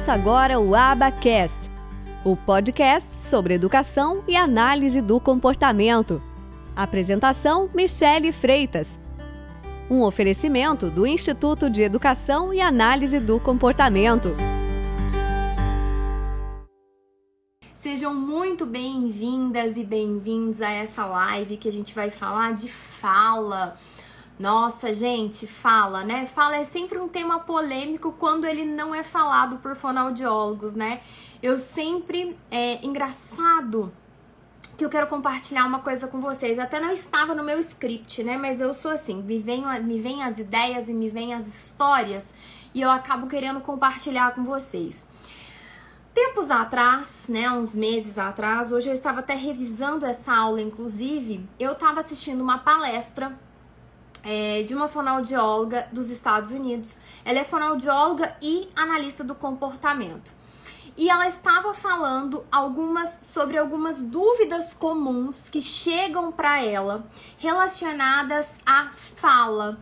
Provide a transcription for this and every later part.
Começa agora o AbaCast, o podcast sobre educação e análise do comportamento. Apresentação: Michele Freitas. Um oferecimento do Instituto de Educação e Análise do Comportamento. Sejam muito bem-vindas e bem-vindos a essa live que a gente vai falar de fala. Nossa, gente, fala, né? Fala é sempre um tema polêmico quando ele não é falado por fonoaudiólogos, né? É engraçado que eu quero compartilhar uma coisa com vocês. Até não estava no meu script, né? Mas eu sou assim, me vêm as ideias e me vêm as histórias e eu acabo querendo compartilhar com vocês. Tempos atrás, né, uns meses atrás, hoje eu estava até revisando essa aula, inclusive, eu estava assistindo uma palestra de uma fonoaudióloga dos Estados Unidos. Ela é fonoaudióloga e analista do comportamento. E ela estava falando sobre algumas dúvidas comuns que chegam para ela relacionadas à fala,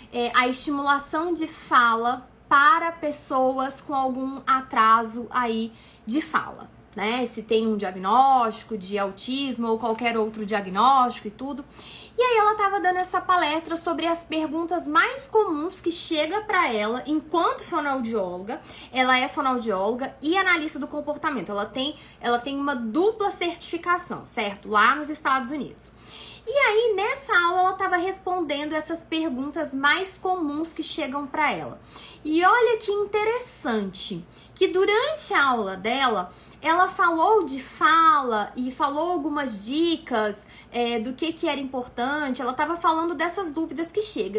à estimulação de fala para pessoas com algum atraso aí de fala, né? Se tem um diagnóstico de autismo ou qualquer outro diagnóstico e tudo. E aí ela tava dando essa palestra sobre as perguntas mais comuns que chega para ela enquanto fonoaudióloga. Ela é fonoaudióloga e analista do comportamento. Ela tem uma dupla certificação, certo? Lá nos Estados Unidos. E aí, nessa aula, ela estava respondendo essas perguntas mais comuns que chegam para ela. E olha que interessante, que durante a aula dela, ela falou de fala e falou algumas dicas do que era importante. Ela estava falando dessas dúvidas que chegam.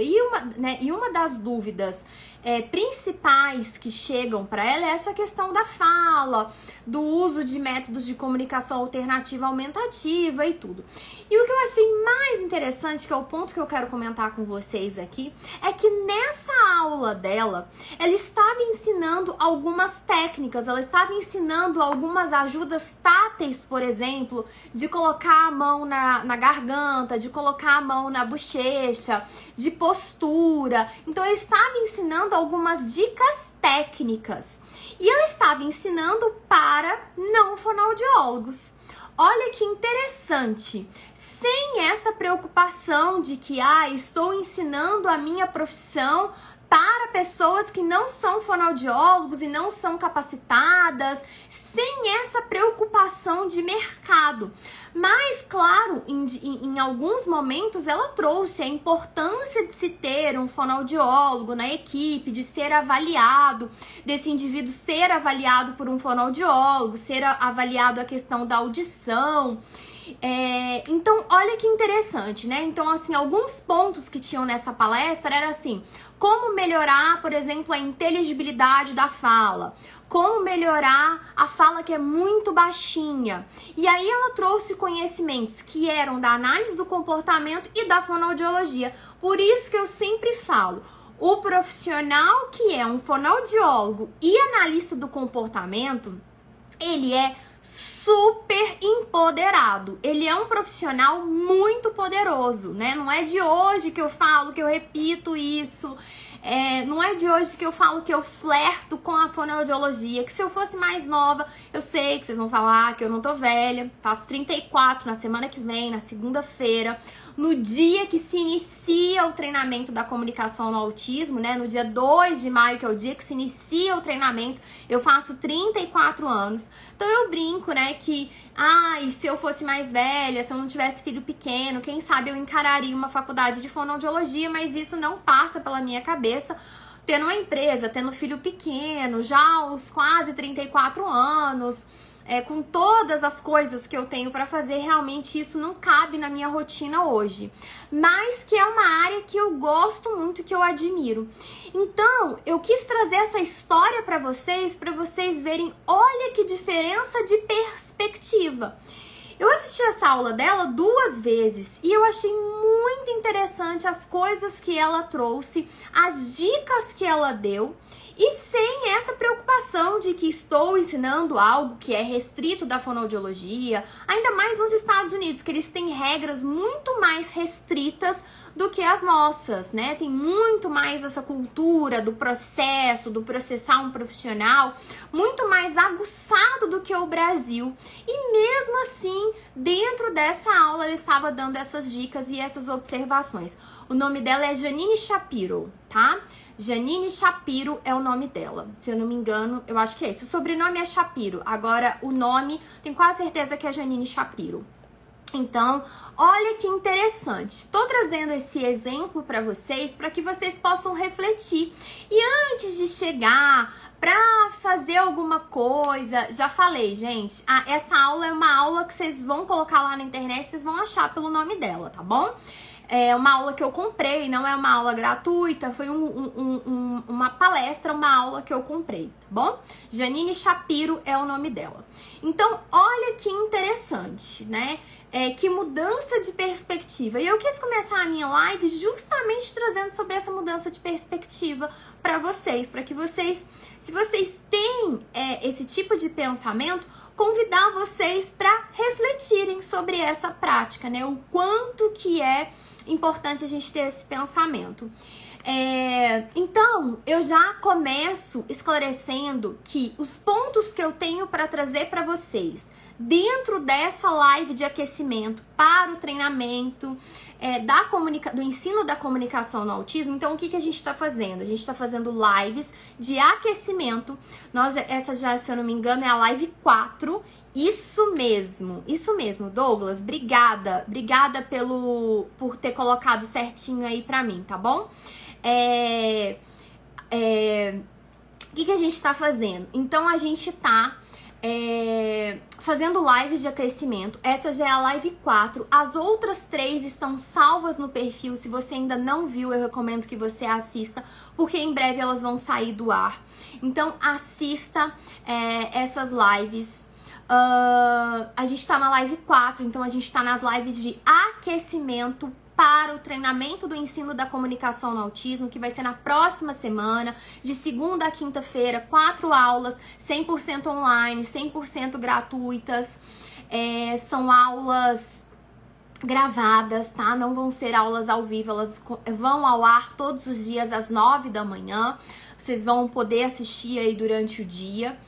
E uma das dúvidas principais que chegam para ela é essa questão da fala, do uso de métodos de comunicação alternativa aumentativa e tudo. E o que eu achei mais interessante, que é o ponto que eu quero comentar com vocês aqui, é que nessa aula dela, ela estava ensinando algumas técnicas, ela estava ensinando algumas ajudas táteis, por exemplo, de colocar a mão na garganta, de colocar a mão na bochecha, de postura. Então, ela estava ensinando algumas dicas técnicas. E ela estava ensinando para não fonoaudiólogos. Olha que interessante. Sem essa preocupação de que estou ensinando a minha profissão para pessoas que não são fonoaudiólogos e não são capacitadas, sem essa preocupação de mercado. Mas, claro, em alguns momentos ela trouxe a importância de se ter um fonoaudiólogo na equipe, de ser avaliado, desse indivíduo ser avaliado por um fonoaudiólogo, ser avaliado a questão da audição. Então, olha que interessante, né? Então, assim, alguns pontos que tinham nessa palestra era assim: como melhorar, por exemplo, a inteligibilidade da fala, como melhorar a fala que é muito baixinha. E aí ela trouxe conhecimentos que eram da análise do comportamento e da fonoaudiologia. Por isso que eu sempre falo, o profissional que é um fonoaudiólogo e analista do comportamento, ele é super empoderado. Ele é um profissional muito poderoso, né? Não é de hoje que eu falo, que eu repito isso. Não é de hoje que eu falo que eu flerto com a fonoaudiologia, que se eu fosse mais nova, eu sei que vocês vão falar que eu não tô velha, faço 34 na semana que vem, na segunda-feira, no dia que se inicia o treinamento da comunicação no autismo, né, no dia 2 de maio, que é o dia que se inicia o treinamento, eu faço 34 anos, então eu brinco, né, que e se eu fosse mais velha, se eu não tivesse filho pequeno, quem sabe eu encararia uma faculdade de fonoaudiologia, mas isso não passa pela minha cabeça, tendo uma empresa, tendo filho pequeno, já aos quase 34 anos, com todas as coisas que eu tenho para fazer, realmente isso não cabe na minha rotina hoje. Mas que é uma área que eu gosto muito, que eu admiro. Então, eu quis trazer essa história para vocês verem, olha que diferença de perspectiva. Eu assisti essa aula dela 2 vezes e eu achei muito interessante as coisas que ela trouxe, as dicas que ela deu e sem essa preocupação de que estou ensinando algo que é restrito da fonoaudiologia, ainda mais nos Estados Unidos, que eles têm regras muito mais restritas do que as nossas, né? Tem muito mais essa cultura do processo, do processar um profissional, muito mais aguçado do que o Brasil. E mesmo assim, dentro dessa aula, ela estava dando essas dicas e essas observações. O nome dela é Janine Shapiro, tá? Janine Shapiro é o nome dela. Se eu não me engano, eu acho que é esse. O sobrenome é Shapiro. Agora, o nome, tenho quase certeza que é Janine Shapiro. Então, olha que interessante. Estou trazendo esse exemplo para vocês, para que vocês possam refletir. E antes de chegar para fazer alguma coisa, já falei, gente, essa aula é uma aula que vocês vão colocar lá na internet, vocês vão achar pelo nome dela, tá bom? É uma aula que eu comprei, não é uma aula gratuita, foi uma palestra, uma aula que eu comprei, tá bom? Janine Shapiro é o nome dela. Então, olha que interessante, né? Que mudança de perspectiva. E eu quis começar a minha live justamente trazendo sobre essa mudança de perspectiva para vocês, para que vocês, se vocês têm esse tipo de pensamento, convidar vocês para refletirem sobre essa prática, né? O quanto que é importante a gente ter esse pensamento. Então, eu já começo esclarecendo que os pontos que eu tenho para trazer para vocês dentro dessa live de aquecimento para o treinamento do ensino da comunicação no autismo. Então, o que a gente está fazendo? A gente está fazendo lives de aquecimento. Essa já, se eu não me engano, é a live 4. Isso mesmo, Douglas, obrigada por ter colocado certinho aí pra mim, tá bom? O que a gente tá fazendo? Então, a gente tá fazendo lives de aquecimento. Essa já é a live 4. As outras 3 estão salvas no perfil. Se você ainda não viu, eu recomendo que você assista, porque em breve elas vão sair do ar. Então, assista essas lives. A gente tá na live 4, então a gente tá nas lives de aquecimento para o treinamento do ensino da comunicação no autismo, que vai ser na próxima semana, de segunda a quinta-feira, 4 aulas, 100% online, 100% gratuitas. São aulas gravadas, tá? Não vão ser aulas ao vivo, elas vão ao ar todos os dias às 9 da manhã. Vocês vão poder assistir aí durante o dia.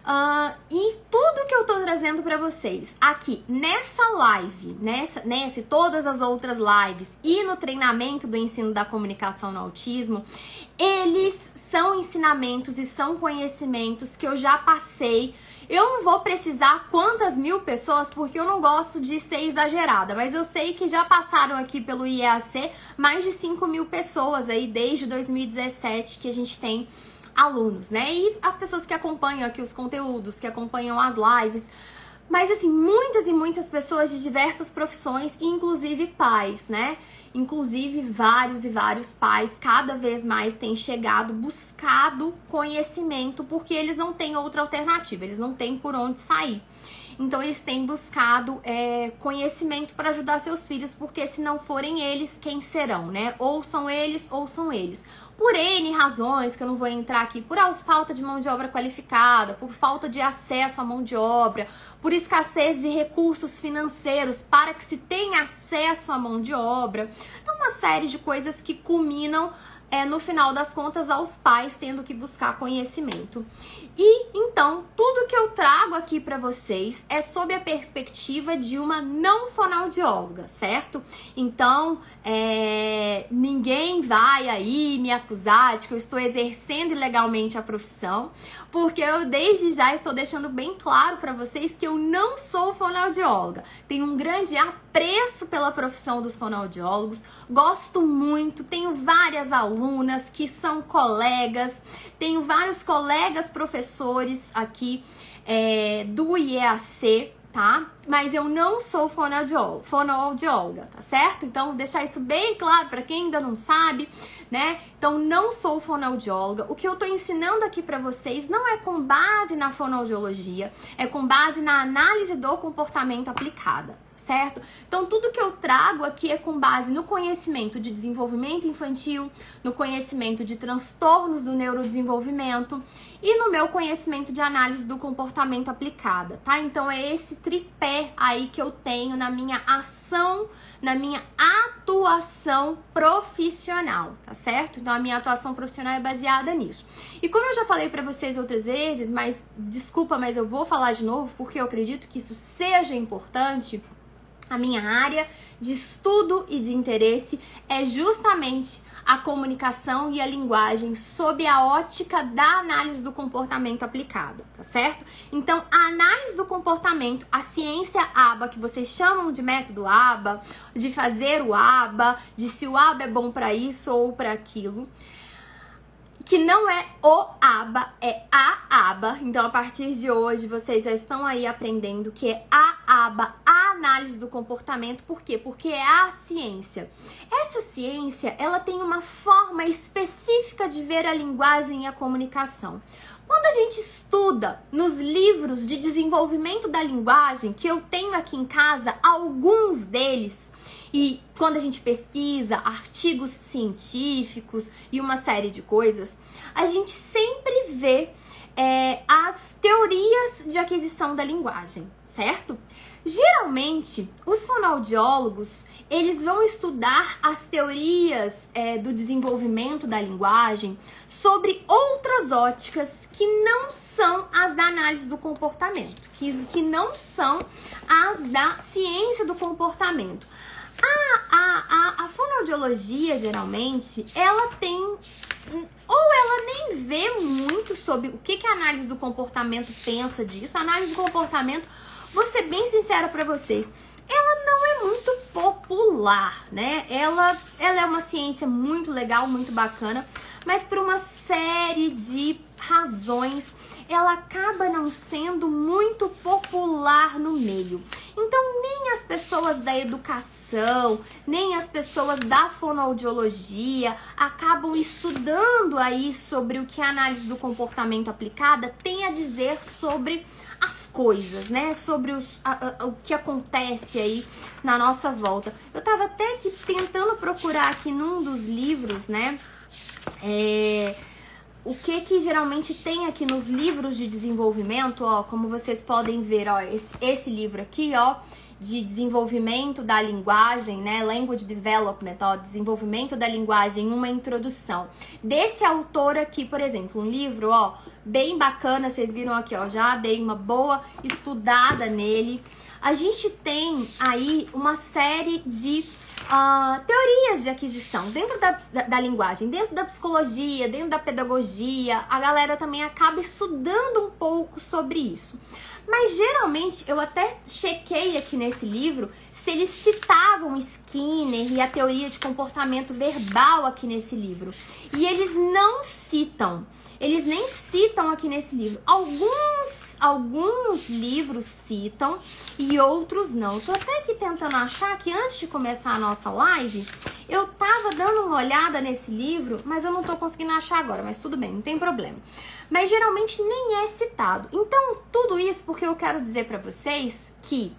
E tudo que eu tô trazendo pra vocês aqui nessa live, todas as outras lives e no treinamento do ensino da comunicação no autismo, eles são ensinamentos e são conhecimentos que eu já passei. Eu não vou precisar quantas mil pessoas, porque eu não gosto de ser exagerada, mas eu sei que já passaram aqui pelo IEAC mais de 5.000 pessoas aí desde 2017 que a gente tem alunos, né? E as pessoas que acompanham aqui os conteúdos, que acompanham as lives. Mas, assim, muitas e muitas pessoas de diversas profissões, inclusive pais, né? Inclusive vários e vários pais cada vez mais têm chegado, buscado conhecimento, porque eles não têm outra alternativa, eles não têm por onde sair. Então, eles têm buscado conhecimento para ajudar seus filhos, porque se não forem eles, quem serão, né? Ou são eles, ou são eles. Por N razões, que eu não vou entrar aqui, por falta de mão de obra qualificada, por falta de acesso à mão de obra, por escassez de recursos financeiros para que se tenha acesso à mão de obra. Então, uma série de coisas que culminam, no final das contas, aos pais tendo que buscar conhecimento. E, então, tudo que eu trago aqui para vocês é sob a perspectiva de uma não fonoaudióloga, certo? Então, ninguém vai aí me acusar de que eu estou exercendo ilegalmente a profissão, porque eu desde já estou deixando bem claro para vocês que eu não sou fonoaudióloga. Tenho um grande apreço pela profissão dos fonoaudiólogos, gosto muito, tenho várias alunas que são colegas, tenho vários colegas professores aqui do IEAC, tá? Mas eu não sou fonoaudióloga, tá certo? Então, deixar isso bem claro para quem ainda não sabe, né? Então, não sou fonoaudióloga. O que eu tô ensinando aqui para vocês não é com base na fonoaudiologia, é com base na análise do comportamento aplicada, certo? Então, tudo que eu trago aqui é com base no conhecimento de desenvolvimento infantil, no conhecimento de transtornos do neurodesenvolvimento e no meu conhecimento de análise do comportamento aplicada, tá? Então, é esse tripé aí que eu tenho na minha ação, na minha atuação profissional, tá certo? Então, a minha atuação profissional é baseada nisso. E como eu já falei pra vocês outras vezes, mas desculpa, mas eu vou falar de novo porque eu acredito que isso seja importante, a minha área de estudo e de interesse é justamente a comunicação e a linguagem sob a ótica da análise do comportamento aplicada, tá certo? Então, a análise do comportamento, a ciência ABA, que vocês chamam de método ABA, de fazer o ABA, de se o ABA é bom para isso ou para aquilo, que não é o ABA, é a ABA. Então, a partir de hoje, vocês já estão aí aprendendo que é a ABA, a análise do comportamento. Por quê? Porque é a ciência. Essa ciência, ela tem uma forma específica de ver a linguagem e a comunicação. Quando a gente estuda nos livros de desenvolvimento da linguagem, que eu tenho aqui em casa, alguns deles, e quando a gente pesquisa artigos científicos e uma série de coisas, a gente sempre vê as teorias de aquisição da linguagem, certo? Geralmente, os fonoaudiólogos, eles vão estudar as teorias do desenvolvimento da linguagem sobre outras óticas que não são as da análise do comportamento, que não são as da ciência do comportamento. A fonoaudiologia, geralmente, ela tem, ou ela nem vê muito sobre o que a análise do comportamento pensa disso. A análise do comportamento, vou ser bem sincera pra vocês, ela não é muito popular, né? Ela é uma ciência muito legal, muito bacana, mas por uma série de razões, ela acaba não sendo muito popular no meio. Então, nem as pessoas da educação, nem as pessoas da fonoaudiologia acabam estudando aí sobre o que a análise do comportamento aplicada tem a dizer sobre as coisas, né? Sobre o que acontece aí na nossa volta. Eu tava até aqui tentando procurar aqui num dos livros, né? O que geralmente tem aqui nos livros de desenvolvimento, ó, como vocês podem ver, ó, esse livro aqui, ó, de desenvolvimento da linguagem, né, Language Development, ó, desenvolvimento da linguagem, uma introdução. Desse autor aqui, por exemplo, um livro, ó, bem bacana, vocês viram aqui, ó, já dei uma boa estudada nele. A gente tem aí uma série de teorias de aquisição dentro da linguagem, dentro da psicologia, dentro da pedagogia. A galera também acaba estudando um pouco sobre isso. Mas geralmente, eu até chequei aqui nesse livro se eles citavam Skinner e a teoria de comportamento verbal aqui nesse livro. E eles não citam. Eles nem citam aqui nesse livro. Alguns livros citam e outros não. Eu tô até aqui tentando achar que antes de começar a nossa live, eu tava dando uma olhada nesse livro, mas eu não tô conseguindo achar agora, mas tudo bem, não tem problema. Mas geralmente nem é citado. Então, tudo isso porque eu quero dizer pra vocês que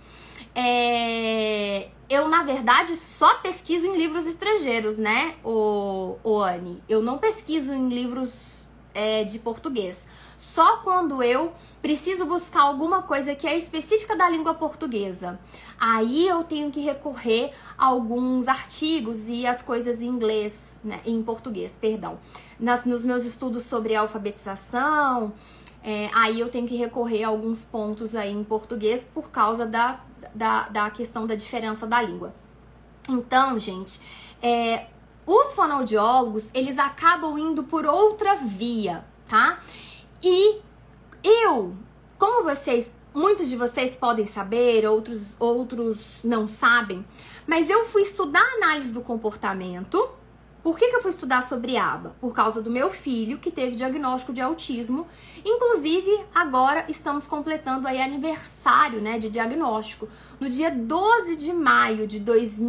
eu, na verdade, só pesquiso em livros estrangeiros, né, Anne? Eu não pesquiso em livros de português. Só quando eu preciso buscar alguma coisa que é específica da língua portuguesa. Aí eu tenho que recorrer a alguns artigos e as coisas em inglês, né, em português, perdão. Nos meus estudos sobre alfabetização, aí eu tenho que recorrer a alguns pontos aí em português por causa da questão da diferença da língua. Então, gente, os fonoaudiólogos, eles acabam indo por outra via, tá? E eu, como muitos de vocês podem saber, outros não sabem, mas eu fui estudar análise do comportamento. Por que eu fui estudar sobre ABA? Por causa do meu filho, que teve diagnóstico de autismo. Inclusive, agora estamos completando aí aniversário, né, de diagnóstico. No dia 12 de maio de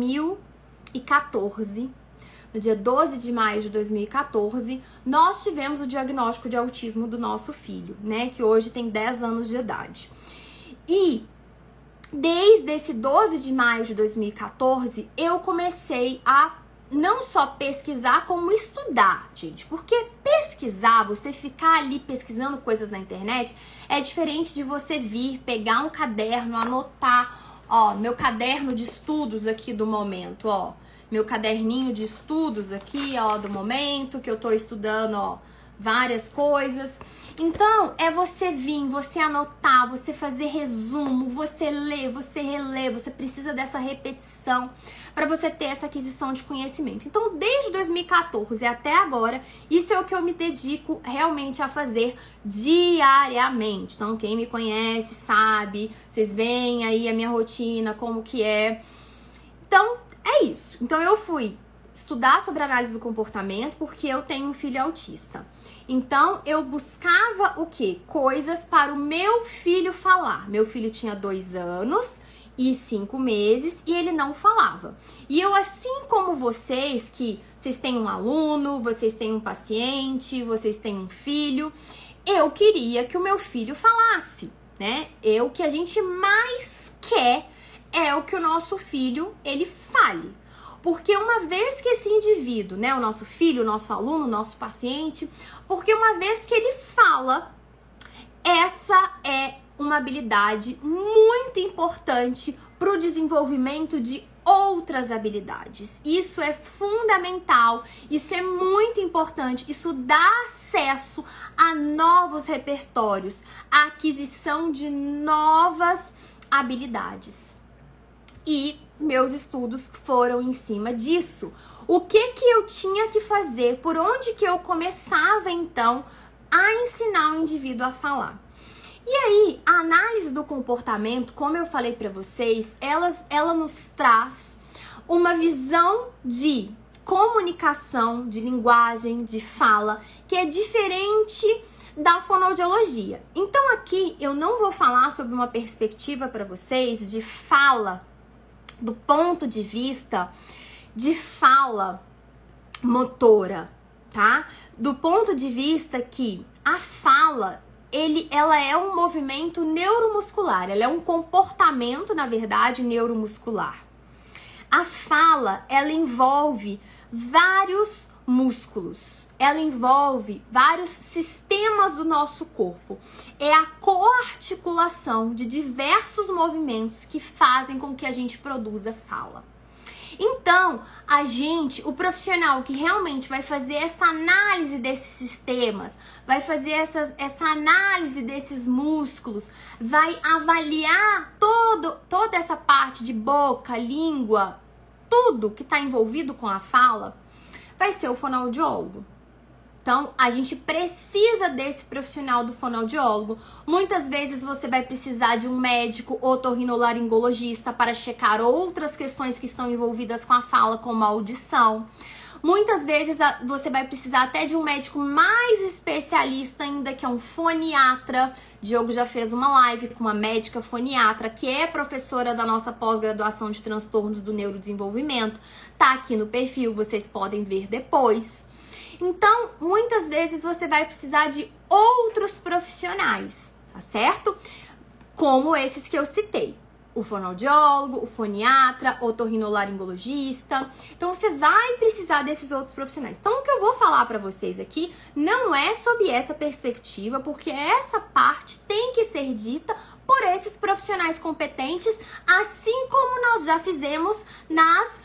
2014, no dia 12 de maio de 2014, nós tivemos o diagnóstico de autismo do nosso filho, né, que hoje tem 10 anos de idade. E desde esse 12 de maio de 2014, eu comecei a não só pesquisar, como estudar, gente. Porque pesquisar, você ficar ali pesquisando coisas na internet, é diferente de você vir, pegar um caderno, anotar, ó, meu caderno de estudos aqui do momento, ó. Meu caderninho de estudos aqui, ó, do momento, que eu tô estudando, ó, várias coisas. Então, é você vir, você anotar, você fazer resumo, você ler, você reler, você precisa dessa repetição para você ter essa aquisição de conhecimento. Então, desde 2014 até agora, isso é o que eu me dedico realmente a fazer diariamente. Então, quem me conhece sabe, vocês veem aí a minha rotina, como que é. Então, é isso. Então, eu fui estudar sobre análise do comportamento porque eu tenho um filho autista. Então, eu buscava o quê? Coisas para o meu filho falar. Meu filho tinha 2 anos e 5 meses e ele não falava. E eu, assim como vocês, que vocês têm um aluno, vocês têm um paciente, vocês têm um filho, eu queria que o meu filho falasse, né? O que a gente mais quer é o que o nosso filho, ele fale. Porque uma vez que esse indivíduo, né, o nosso filho, o nosso aluno, o nosso paciente, porque uma vez que ele fala, essa é uma habilidade muito importante para o desenvolvimento de outras habilidades. Isso é fundamental, isso é muito importante, isso dá acesso a novos repertórios, a aquisição de novas habilidades. E meus estudos foram em cima disso. O que eu tinha que fazer? Por onde que eu começava, então, a ensinar o indivíduo a falar? E aí, a análise do comportamento, como eu falei para vocês, ela nos traz uma visão de comunicação, de linguagem, de fala, que é diferente da fonoaudiologia. Então, aqui, eu não vou falar sobre uma perspectiva para vocês de fala do ponto de vista de fala motora, tá? Do ponto de vista que a fala, ela é um movimento neuromuscular, ela é um comportamento, na verdade, neuromuscular. A fala, ela envolve vários músculos, ela envolve vários sistemas do nosso corpo. É a coarticulação de diversos movimentos que fazem com que a gente produza fala. Então, o profissional que realmente vai fazer essa análise desses sistemas, vai fazer essa análise desses músculos, vai avaliar toda essa parte de boca, língua, tudo que está envolvido com a fala, vai ser o fonoaudiólogo. Então, a gente precisa desse profissional do fonoaudiólogo. Muitas vezes você vai precisar de um médico otorrinolaringologista para checar outras questões que estão envolvidas com a fala, como a audição. Muitas vezes você vai precisar até de um médico mais especialista ainda, que é um foniatra. Diogo já fez uma live com uma médica foniatra, que é professora da nossa pós-graduação de transtornos do neurodesenvolvimento. Tá aqui no perfil, vocês podem ver depois. Então, muitas vezes você vai precisar de outros profissionais, tá certo? Como esses que eu citei. O fonoaudiólogo, o foniatra, otorrinolaringologista. Então, você vai precisar desses outros profissionais. Então, o que eu vou falar para vocês aqui não é sobre essa perspectiva, porque essa parte tem que ser dita por esses profissionais competentes, assim como nós já fizemos nas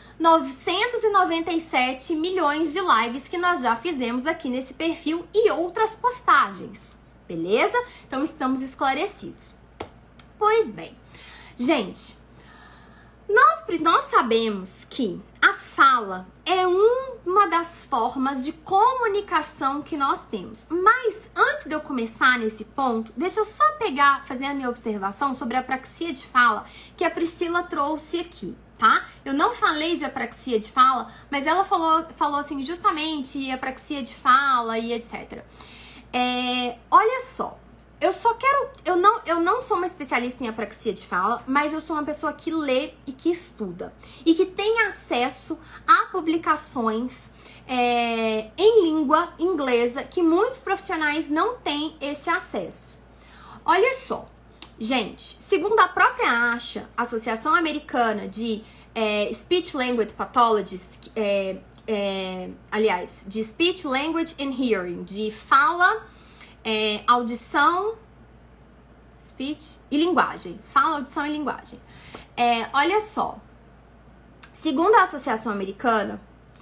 997 milhões de lives que nós já fizemos aqui nesse perfil e outras postagens, beleza? Então, estamos esclarecidos. Pois bem, gente, nós sabemos que a fala é uma das formas de comunicação que nós temos. Mas, antes de eu começar nesse ponto, deixa eu só fazer a minha observação sobre a apraxia de fala que a Priscila trouxe aqui. Tá? Eu não falei de apraxia de fala, mas ela falou assim, justamente apraxia de fala e etc. Olha só, eu não sou uma especialista em apraxia de fala, mas eu sou uma pessoa que lê e que estuda e que tem acesso a publicações em língua inglesa que muitos profissionais não têm esse acesso. Olha só, Gente, segundo a própria ASHA, Associação Americana de Speech Language Pathologists, aliás, de Speech Language and Hearing, de fala, audição, speech e linguagem. Fala, audição e linguagem. Olha só, segundo a Associação Americana,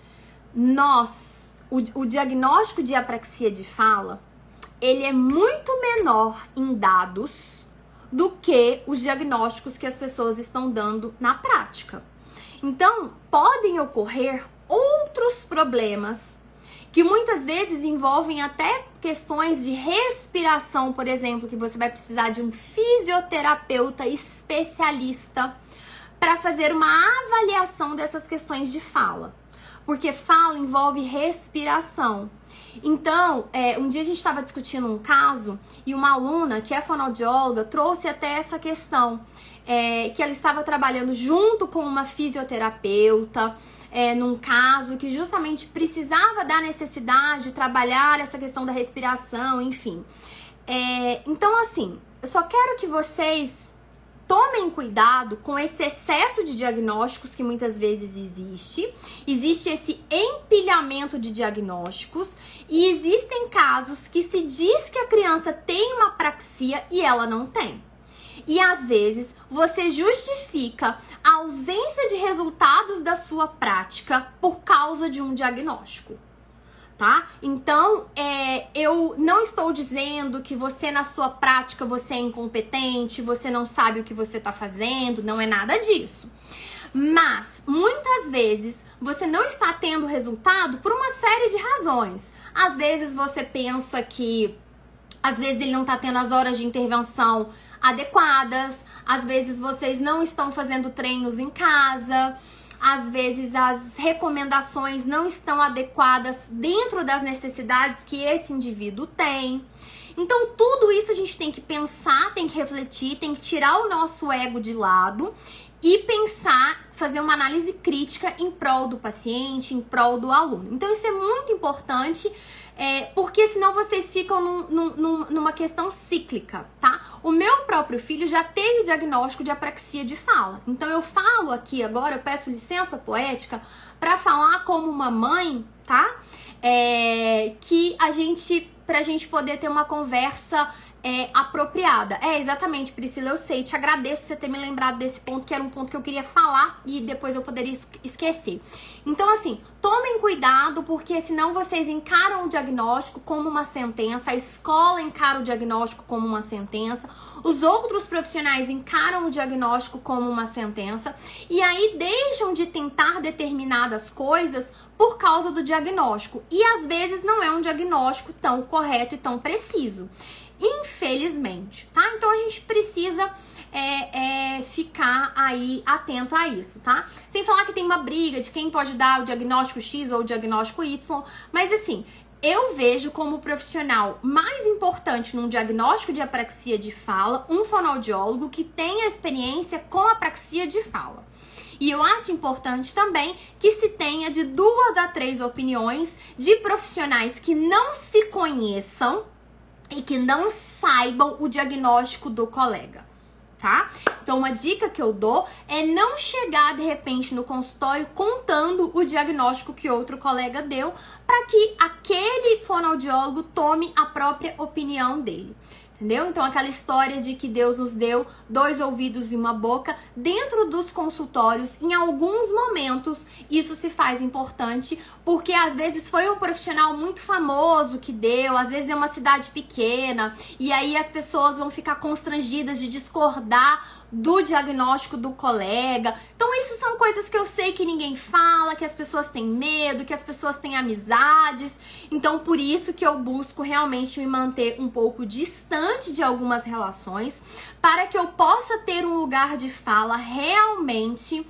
o diagnóstico de apraxia de fala, ele é muito menor em dados do que os diagnósticos que as pessoas estão dando na prática. Então, podem ocorrer outros problemas que muitas vezes envolvem até questões de respiração, por exemplo, que você vai precisar de um fisioterapeuta especialista para fazer uma avaliação dessas questões de fala. Porque fala envolve respiração. Então, um dia a gente estava discutindo um caso e uma aluna, que é fonoaudióloga, trouxe até essa questão, que ela estava trabalhando junto com uma fisioterapeuta, num caso que justamente precisava da necessidade de trabalhar essa questão da respiração, enfim. Então, assim, eu só quero que vocês tomem cuidado com esse excesso de diagnósticos que muitas vezes existe. Existe esse empilhamento de diagnósticos e existem casos que se diz que a criança tem uma apraxia e ela não tem. E às vezes você justifica a ausência de resultados da sua prática por causa de um diagnóstico. Tá? Então, eu não estou dizendo que você na sua prática você é incompetente, você não sabe o que você está fazendo, não é nada disso. Mas, muitas vezes, você não está tendo resultado por uma série de razões. Às vezes você pensa que, às vezes ele não está tendo as horas de intervenção adequadas, às vezes vocês não estão fazendo treinos em casa, às vezes as recomendações não estão adequadas dentro das necessidades que esse indivíduo tem. Então, tudo isso a gente tem que pensar, tem que refletir, tem que tirar o nosso ego de lado e pensar, fazer uma análise crítica em prol do paciente, em prol do aluno. Então, isso é muito importante, porque senão vocês ficam numa questão cíclica, tá? O meu próprio filho já teve diagnóstico de apraxia de fala. Então, eu falo aqui agora, eu peço licença poética para falar como uma mãe, tá? Pra gente poder ter uma conversa apropriada. Exatamente, Priscila, eu sei, te agradeço você ter me lembrado desse ponto, que era um ponto que eu queria falar e depois eu poderia esquecer. Então, assim, tomem cuidado, porque senão vocês encaram o diagnóstico como uma sentença, a escola encara o diagnóstico como uma sentença, os outros profissionais encaram o diagnóstico como uma sentença, e aí deixam de tentar determinadas coisas por causa do diagnóstico. E às vezes não é um diagnóstico tão correto e tão preciso. Infelizmente, tá? Então a gente precisa ficar aí atento a isso, tá? Sem falar que tem uma briga de quem pode dar o diagnóstico X ou o diagnóstico Y, mas assim, eu vejo como profissional mais importante num diagnóstico de apraxia de fala um fonoaudiólogo que tenha experiência com apraxia de fala. E eu acho importante também que se tenha de 2 a 3 opiniões de profissionais que não se conheçam e que não saibam o diagnóstico do colega, tá? Então, uma dica que eu dou é não chegar de repente no consultório contando o diagnóstico que outro colega deu, para que aquele fonoaudiólogo tome a própria opinião dele. Entendeu? Então, aquela história de que Deus nos deu 2 ouvidos e uma boca, dentro dos consultórios, em alguns momentos, isso se faz importante, porque às vezes foi um profissional muito famoso que deu, às vezes é uma cidade pequena, e aí as pessoas vão ficar constrangidas de discordar do diagnóstico do colega. Então, isso são coisas que eu sei que ninguém fala, que as pessoas têm medo, que as pessoas têm amizades. Então, por isso que eu busco realmente me manter um pouco distante de algumas relações, para que eu possa ter um lugar de fala realmente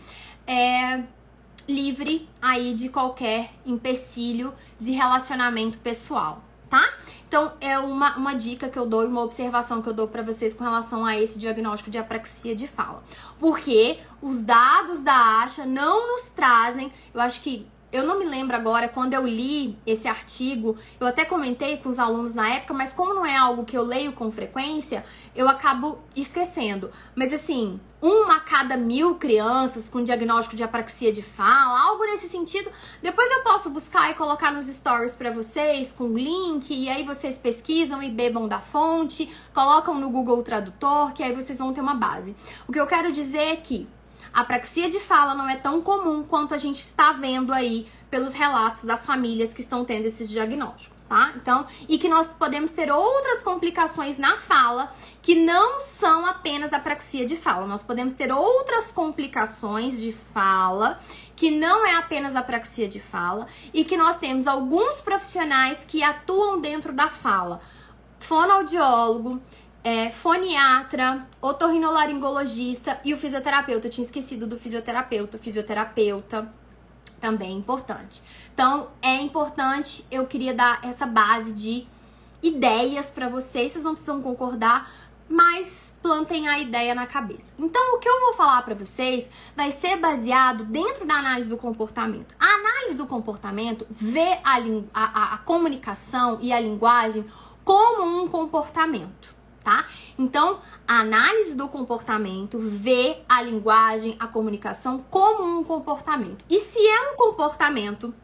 livre aí de qualquer empecilho de relacionamento pessoal, tá? Então, é uma dica que eu dou, uma observação que eu dou pra vocês com relação a esse diagnóstico de apraxia de fala. Porque os dados da ASHA não nos trazem, eu acho que Eu não me lembro agora, quando eu li esse artigo, eu até comentei com os alunos na época, mas como não é algo que eu leio com frequência, eu acabo esquecendo. Mas assim, 1 a cada 1000 crianças com diagnóstico de apraxia de fala, algo nesse sentido. Depois eu posso buscar e colocar nos stories pra vocês, com link, e aí vocês pesquisam e bebam da fonte, colocam no Google Tradutor, que aí vocês vão ter uma base. O que eu quero dizer é que a apraxia de fala não é tão comum quanto a gente está vendo aí pelos relatos das famílias que estão tendo esses diagnósticos, tá? Então, e que nós podemos ter outras complicações na fala que não são apenas a apraxia de fala. Nós podemos ter outras complicações de fala que não é apenas a apraxia de fala e que nós temos alguns profissionais que atuam dentro da fala. Fonoaudiólogo, foniatra, otorrinolaringologista e o fisioterapeuta. Eu tinha esquecido do fisioterapeuta também é importante. Então, é importante, eu queria dar essa base de ideias pra vocês não precisam concordar, mas plantem a ideia na cabeça. Então, o que eu vou falar pra vocês vai ser baseado dentro da análise do comportamento. A análise do comportamento vê a comunicação e a linguagem como um comportamento. Tá? Então, a análise do comportamento vê a linguagem, a comunicação como um comportamento. E se é um comportamento,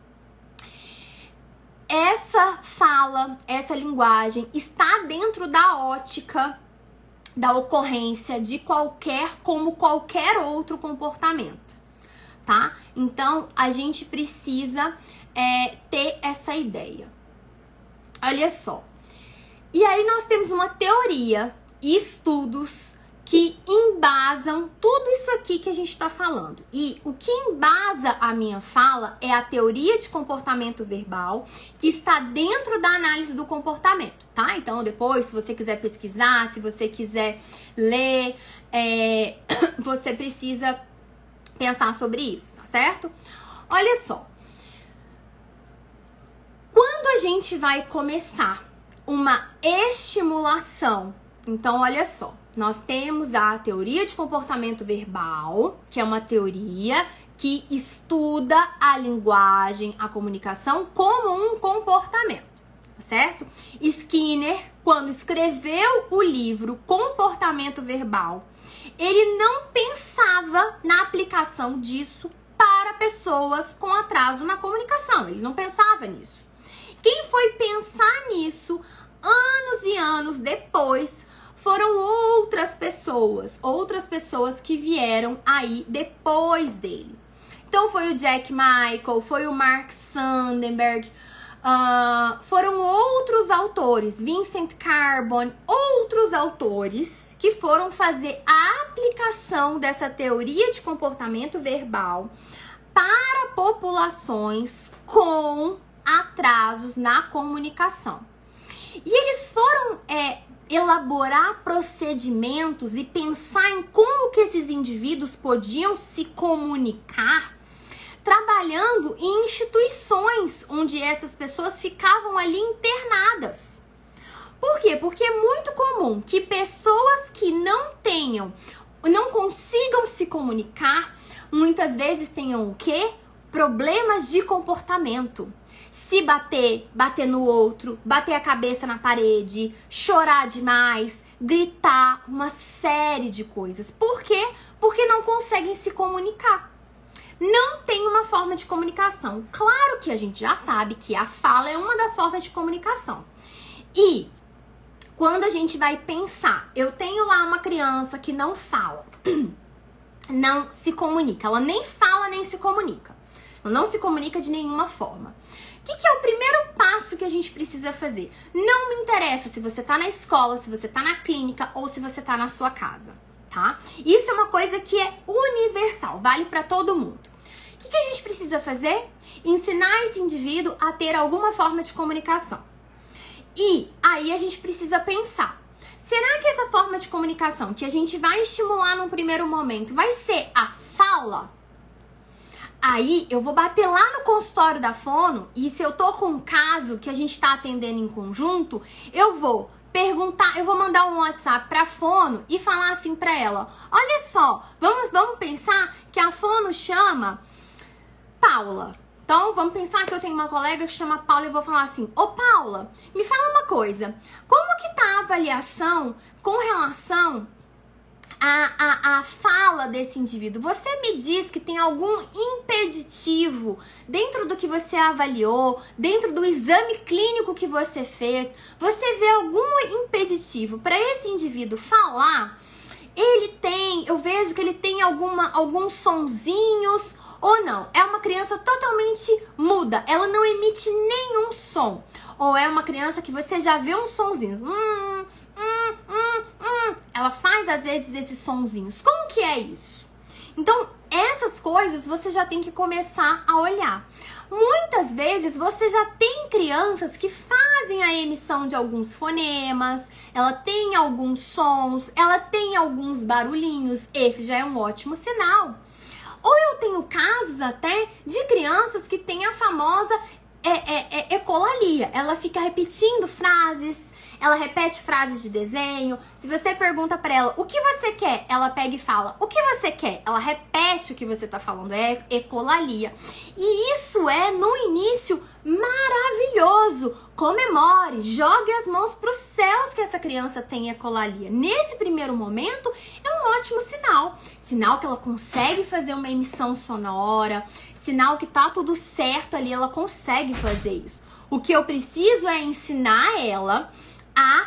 essa fala, essa linguagem está dentro da ótica da ocorrência de qualquer outro comportamento, tá? Então, a gente precisa ter essa ideia. Olha só. E aí nós temos uma teoria e estudos que embasam tudo isso aqui que a gente está falando. E o que embasa a minha fala é a teoria de comportamento verbal, que está dentro da análise do comportamento, tá? Então depois, se você quiser pesquisar, se você quiser ler, você precisa pensar sobre isso, tá certo? Olha só. Quando a gente vai começar uma estimulação, então olha só, nós temos a teoria de comportamento verbal, que é uma teoria que estuda a linguagem, a comunicação como um comportamento, certo? Skinner, quando escreveu o livro Comportamento Verbal, ele não pensava na aplicação disso para pessoas com atraso na comunicação, ele não pensava nisso. Quem foi pensar nisso anos e anos depois foram outras pessoas que vieram aí depois dele. Então foi o Jack Michael, foi o Mark Sandberg, foram outros autores, Vincent Carbone, outros autores que foram fazer a aplicação dessa teoria de comportamento verbal para populações com atrasos na comunicação. E eles foram elaborar procedimentos e pensar em como que esses indivíduos podiam se comunicar, trabalhando em instituições onde essas pessoas ficavam ali internadas. Por quê? Porque é muito comum que pessoas que não consigam se comunicar, muitas vezes tenham o quê? Problemas de comportamento. Se bater no outro, bater a cabeça na parede, chorar demais, gritar, uma série de coisas. Por quê? Porque não conseguem se comunicar. Não tem uma forma de comunicação. Claro que a gente já sabe que a fala é uma das formas de comunicação. E quando a gente vai pensar, eu tenho lá uma criança que não fala, não se comunica, ela nem fala nem se comunica. Ela não se comunica de nenhuma forma. O que é o primeiro passo que a gente precisa fazer? Não me interessa se você tá na escola, se você tá na clínica ou se você tá na sua casa, tá? Isso é uma coisa que é universal, vale pra todo mundo. O que a gente precisa fazer? Ensinar esse indivíduo a ter alguma forma de comunicação. E aí a gente precisa pensar, será que essa forma de comunicação que a gente vai estimular num primeiro momento vai ser a fala? Aí eu vou bater lá no consultório da Fono e se eu tô com um caso que a gente tá atendendo em conjunto, eu vou perguntar, eu vou mandar um WhatsApp pra Fono e falar assim pra ela, olha só, vamos pensar que a Fono chama Paula. Então, vamos pensar que eu tenho uma colega que chama Paula e eu vou falar assim: ô Paula, me fala uma coisa, como que tá a avaliação com relação a fala desse indivíduo? Você me diz que tem algum impeditivo dentro do que você avaliou, dentro do exame clínico que você fez? Você vê algum impeditivo para esse indivíduo falar? Eu vejo que ele tem alguns sonzinhos ou não. É uma criança totalmente muda, ela não emite nenhum som. Ou é uma criança que você já vê uns sonzinhos. Ela faz às vezes esses sonzinhos. Como que é isso? Então, essas coisas você já tem que começar a olhar. Muitas vezes você já tem crianças que fazem a emissão de alguns fonemas, ela tem alguns sons, ela tem alguns barulhinhos. Esse já é um ótimo sinal. Ou eu tenho casos até de crianças que têm a famosa ecolalia. Ela fica repetindo frases. Ela repete frases de desenho. Se você pergunta pra ela, o que você quer? Ela pega e fala, o que você quer? Ela repete o que você tá falando, é ecolalia. E isso é, no início, maravilhoso. Comemore, jogue as mãos pros céus que essa criança tem ecolalia. Nesse primeiro momento, é um ótimo sinal. Sinal que ela consegue fazer uma emissão sonora, sinal que tá tudo certo ali, ela consegue fazer isso. O que eu preciso é ensinar ela a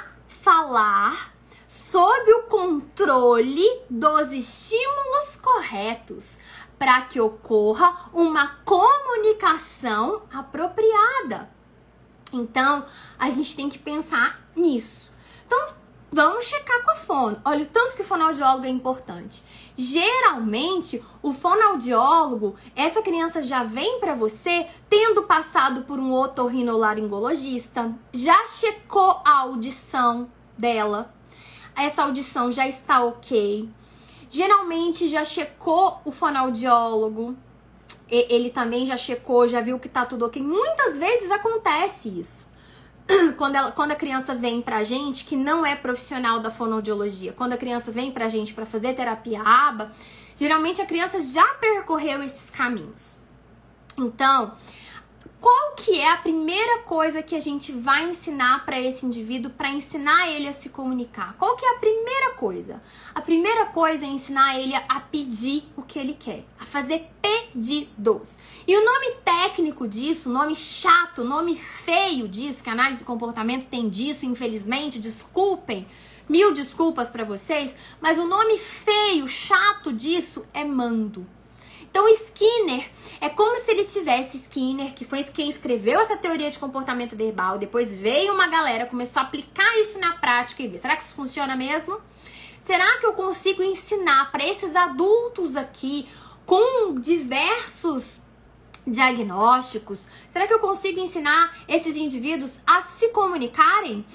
falar sob o controle dos estímulos corretos para que ocorra uma comunicação apropriada. Então, a gente tem que pensar nisso. Então, vamos checar com a fono. Olha o tanto que o fonoaudiólogo é importante. Geralmente, o fonoaudiólogo, essa criança já vem para você tendo passado por um otorrinolaringologista, já checou a audição dela, essa audição já está ok. Geralmente já checou o fonoaudiólogo, ele também já checou, já viu que tá tudo ok. Muitas vezes acontece isso. Quando a criança vem pra gente, que não é profissional da fonoaudiologia, quando a criança vem pra gente pra fazer terapia ABA, geralmente a criança já percorreu esses caminhos. Então, qual que é a primeira coisa que a gente vai ensinar pra esse indivíduo, pra ensinar ele a se comunicar? Qual que é a primeira coisa? A primeira coisa é ensinar ele a pedir o que ele quer, a fazer pedidos. E o nome técnico disso, o nome chato, o nome feio disso, que a análise do comportamento tem disso, infelizmente, desculpem, mil desculpas pra vocês, mas o nome feio, chato disso é mando. Então, Skinner, é como se ele tivesse Skinner, que foi quem escreveu essa teoria de comportamento verbal, depois veio uma galera, começou a aplicar isso na prática e ver, será que isso funciona mesmo? Será que eu consigo ensinar para esses adultos aqui, com diversos diagnósticos, será que eu consigo ensinar esses indivíduos a se comunicarem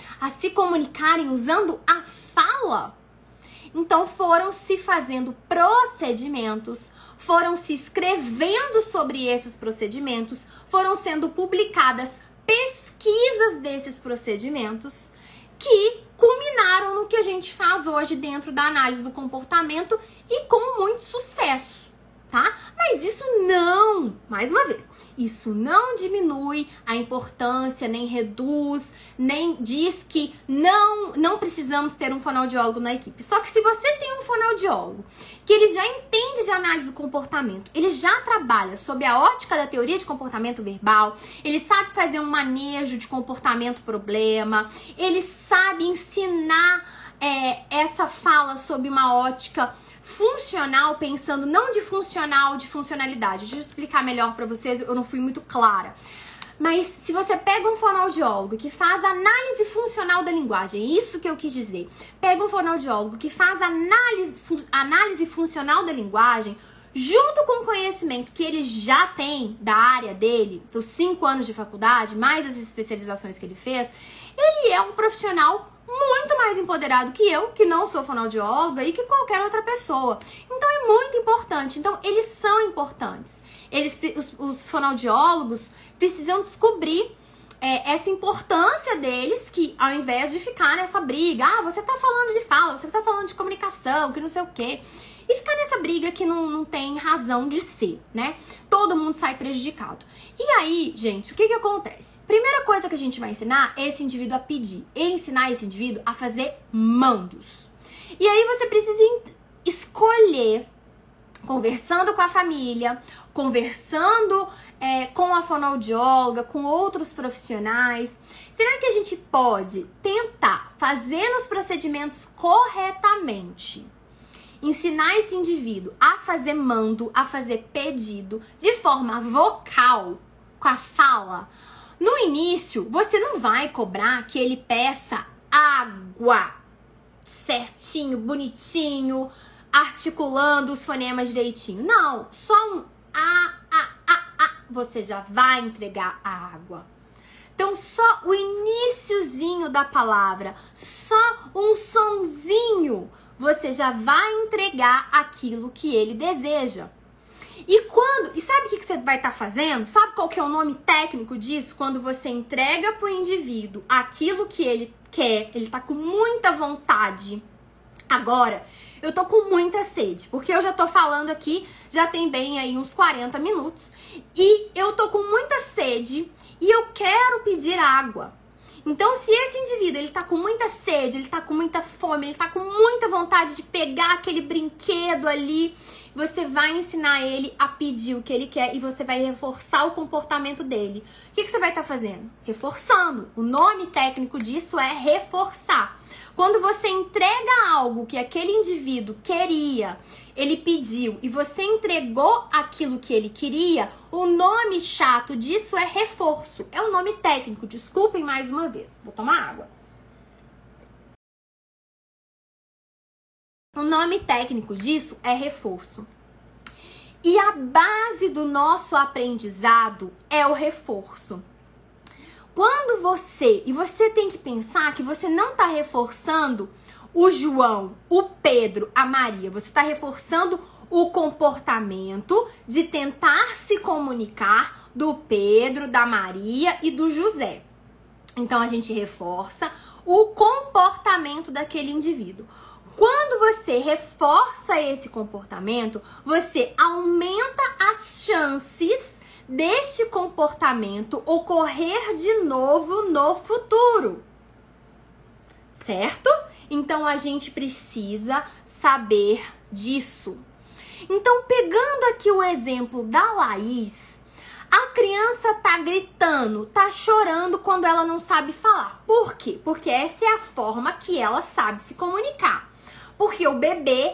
usando a fala? Então foram se fazendo procedimentos, foram se escrevendo sobre esses procedimentos, foram sendo publicadas pesquisas desses procedimentos que culminaram no que a gente faz hoje dentro da análise do comportamento e com muito sucesso, tá? Mas isso não, mais uma vez, isso não diminui a importância, nem reduz, nem diz que não precisamos ter um fonoaudiólogo na equipe. Só que se você tem um fonoaudiólogo que ele já entende de análise do comportamento, ele já trabalha sob a ótica da teoria de comportamento verbal, ele sabe fazer um manejo de comportamento problema, ele sabe ensinar essa fala sob uma ótica funcional, pensando não de funcional, de funcionalidade. Deixa eu explicar melhor pra vocês, eu não fui muito clara. Mas se você pega um fonoaudiólogo que faz análise funcional da linguagem, isso que eu quis dizer, pega um fonoaudiólogo que faz análise funcional da linguagem, junto com o conhecimento que ele já tem da área dele, dos 5 anos de faculdade, mais as especializações que ele fez, ele é um profissional muito mais empoderado que eu, que não sou fonoaudióloga, e que qualquer outra pessoa. Então é muito importante. Então eles são importantes. Os fonoaudiólogos precisam descobrir essa importância deles, que ao invés de ficar nessa briga, você tá falando de fala, você tá falando de comunicação, que não sei o quê. e ficar nessa briga que não tem razão de ser, né? Todo mundo sai prejudicado. E aí, gente, o que acontece? Primeira coisa que a gente vai ensinar é esse indivíduo a pedir, ensinar esse indivíduo a fazer mandos. E aí você precisa escolher, conversando com a família, conversando com a fonoaudióloga, com outros profissionais. Será que a gente pode tentar fazer os procedimentos corretamente? Ensinar esse indivíduo a fazer mando, a fazer pedido de forma vocal, com a fala. No início, você não vai cobrar que ele peça água certinho, bonitinho, articulando os fonemas direitinho. Não, só um você já vai entregar a água. Então, só o iniciozinho da palavra, só um sonzinho, você já vai entregar aquilo que ele deseja. E sabe o que você vai estar fazendo? Sabe qual que é o nome técnico disso? Quando você entrega para o indivíduo aquilo que ele quer, ele tá com muita vontade. Agora, eu tô com muita sede, porque eu já tô falando aqui, já tem bem aí uns 40 minutos, e eu tô com muita sede e eu quero pedir água. Então, se esse indivíduo, ele tá com muita sede, ele tá com muita fome, ele tá com muita vontade de pegar aquele brinquedo ali, você vai ensinar ele a pedir o que ele quer e você vai reforçar o comportamento dele. O que você vai estar fazendo? Reforçando. O nome técnico disso é reforçar. Quando você entrega algo que aquele indivíduo queria, ele pediu e você entregou aquilo que ele queria, o nome chato disso é reforço. É o nome técnico. Desculpem mais uma vez. Vou tomar água. O nome técnico disso é reforço. E a base do nosso aprendizado é o reforço. Quando você tem que pensar que você não está reforçando o João, o Pedro, a Maria. Você está reforçando o comportamento de tentar se comunicar do Pedro, da Maria e do José. Então, a gente reforça o comportamento daquele indivíduo. Quando você reforça esse comportamento, você aumenta as chances deste comportamento ocorrer de novo no futuro. Certo? Então, a gente precisa saber disso. Então, pegando aqui o exemplo da Laís, a criança tá gritando, tá chorando quando ela não sabe falar. Por quê? Porque essa é a forma que ela sabe se comunicar. Porque o bebê,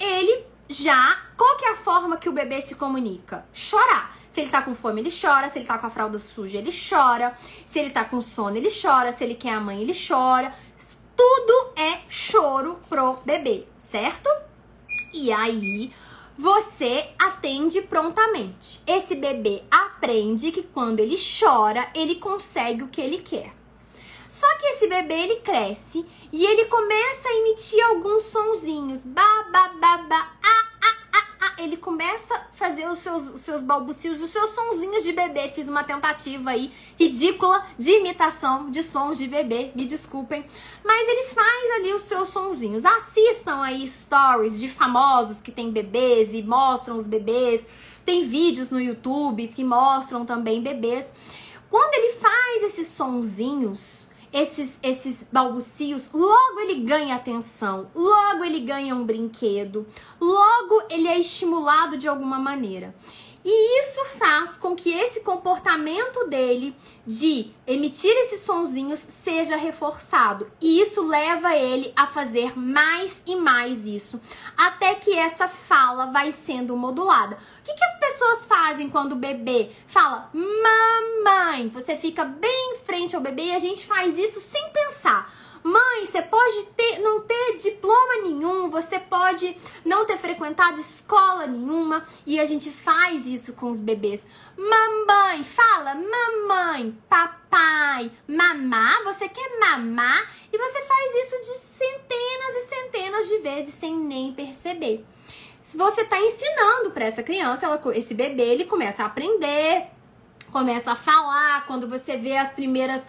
qual que é a forma que o bebê se comunica? Chorar. Se ele tá com fome, ele chora. Se ele tá com a fralda suja, ele chora. Se ele tá com sono, ele chora. Se ele quer a mãe, ele chora. Tudo é choro pro bebê, certo? E aí, você atende prontamente. Esse bebê aprende que quando ele chora, ele consegue o que ele quer. Só que esse bebê, ele cresce e ele começa a emitir alguns sonzinhos. Ba, ba, ba, ba, ele começa a fazer os seus balbucios, os seus sonzinhos de bebê. Fiz uma tentativa aí ridícula de imitação de sons de bebê, me desculpem. Mas ele faz ali os seus sonzinhos. Assistam aí stories de famosos que tem bebês e mostram os bebês. Tem vídeos no YouTube que mostram também bebês. Quando ele faz esses sonzinhos, esses balbucios, logo ele ganha atenção, logo ele ganha um brinquedo, logo ele é estimulado de alguma maneira. E isso faz com que esse comportamento dele de emitir esses sonzinhos seja reforçado. E isso leva ele a fazer mais e mais isso, até que essa fala vai sendo modulada. O que as pessoas fazem quando o bebê fala mamãe? Você fica bem em frente ao bebê e a gente faz isso sem pensar. Mãe, você pode não ter diploma nenhum, você pode não ter frequentado escola nenhuma, e a gente faz isso com os bebês. Mamãe, fala mamãe, papai, mamá, você quer mamar? E você faz isso de centenas e centenas de vezes sem nem perceber. Se você está ensinando para essa criança, esse bebê, ele começa a aprender, começa a falar. Quando você vê as primeiras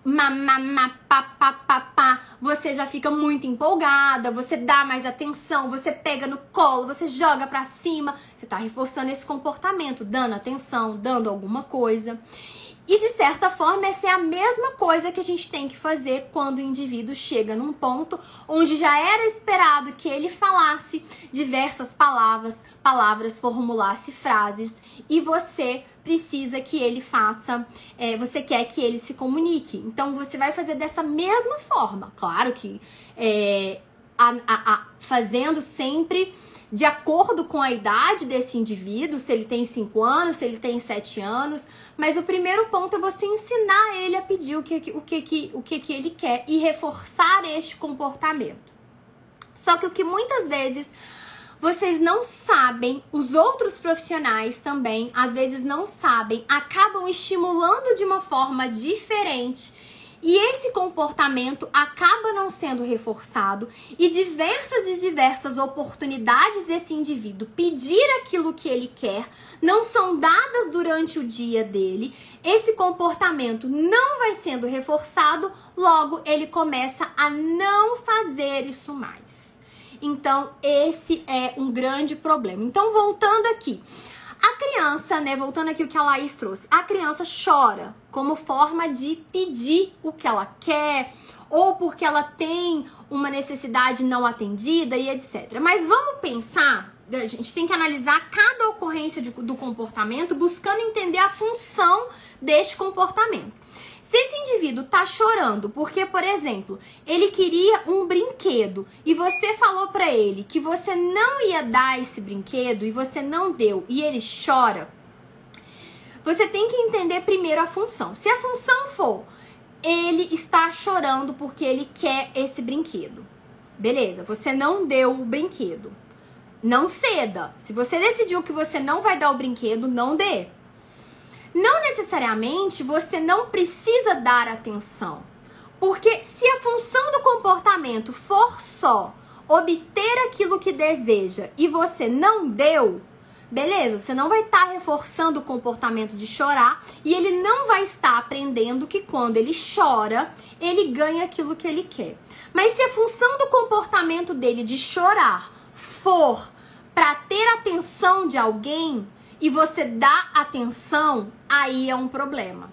você já fica muito empolgada, você dá mais atenção, você pega no colo, você joga pra cima, você tá reforçando esse comportamento, dando atenção, dando alguma coisa. E de certa forma essa é a mesma coisa que a gente tem que fazer quando o indivíduo chega num ponto onde já era esperado que ele falasse diversas palavras, formulasse frases, e você precisa que ele faça, você quer que ele se comunique. Então você vai fazer dessa mesma forma, claro que fazendo sempre de acordo com a idade desse indivíduo, se ele tem 5 anos, se ele tem 7 anos, mas o primeiro ponto é você ensinar ele a pedir o que ele quer e reforçar este comportamento. Só que o que muitas vezes vocês não sabem, os outros profissionais também, às vezes não sabem, acabam estimulando de uma forma diferente e esse comportamento acaba não sendo reforçado e diversas oportunidades desse indivíduo pedir aquilo que ele quer não são dadas durante o dia dele. Esse comportamento não vai sendo reforçado, logo ele começa a não fazer isso mais. Então, esse é um grande problema. Então, voltando aqui. A criança, né, voltando aqui o que a Laís trouxe, a criança chora como forma de pedir o que ela quer ou porque ela tem uma necessidade não atendida e etc. Mas vamos pensar, a gente tem que analisar cada ocorrência do comportamento buscando entender a função deste comportamento. Se esse indivíduo tá chorando porque, por exemplo, ele queria um brinquedo e você falou pra ele que você não ia dar esse brinquedo e você não deu e ele chora, você tem que entender primeiro a função. Se a função for, ele está chorando porque ele quer esse brinquedo. Beleza, você não deu o brinquedo. Não ceda. Se você decidiu que você não vai dar o brinquedo, não dê. Não necessariamente você não precisa dar atenção, porque se a função do comportamento for só obter aquilo que deseja e você não deu, beleza, você não vai estar reforçando o comportamento de chorar e ele não vai estar aprendendo que quando ele chora, ele ganha aquilo que ele quer. Mas se a função do comportamento dele de chorar for para ter atenção de alguém, e você dá atenção, aí é um problema.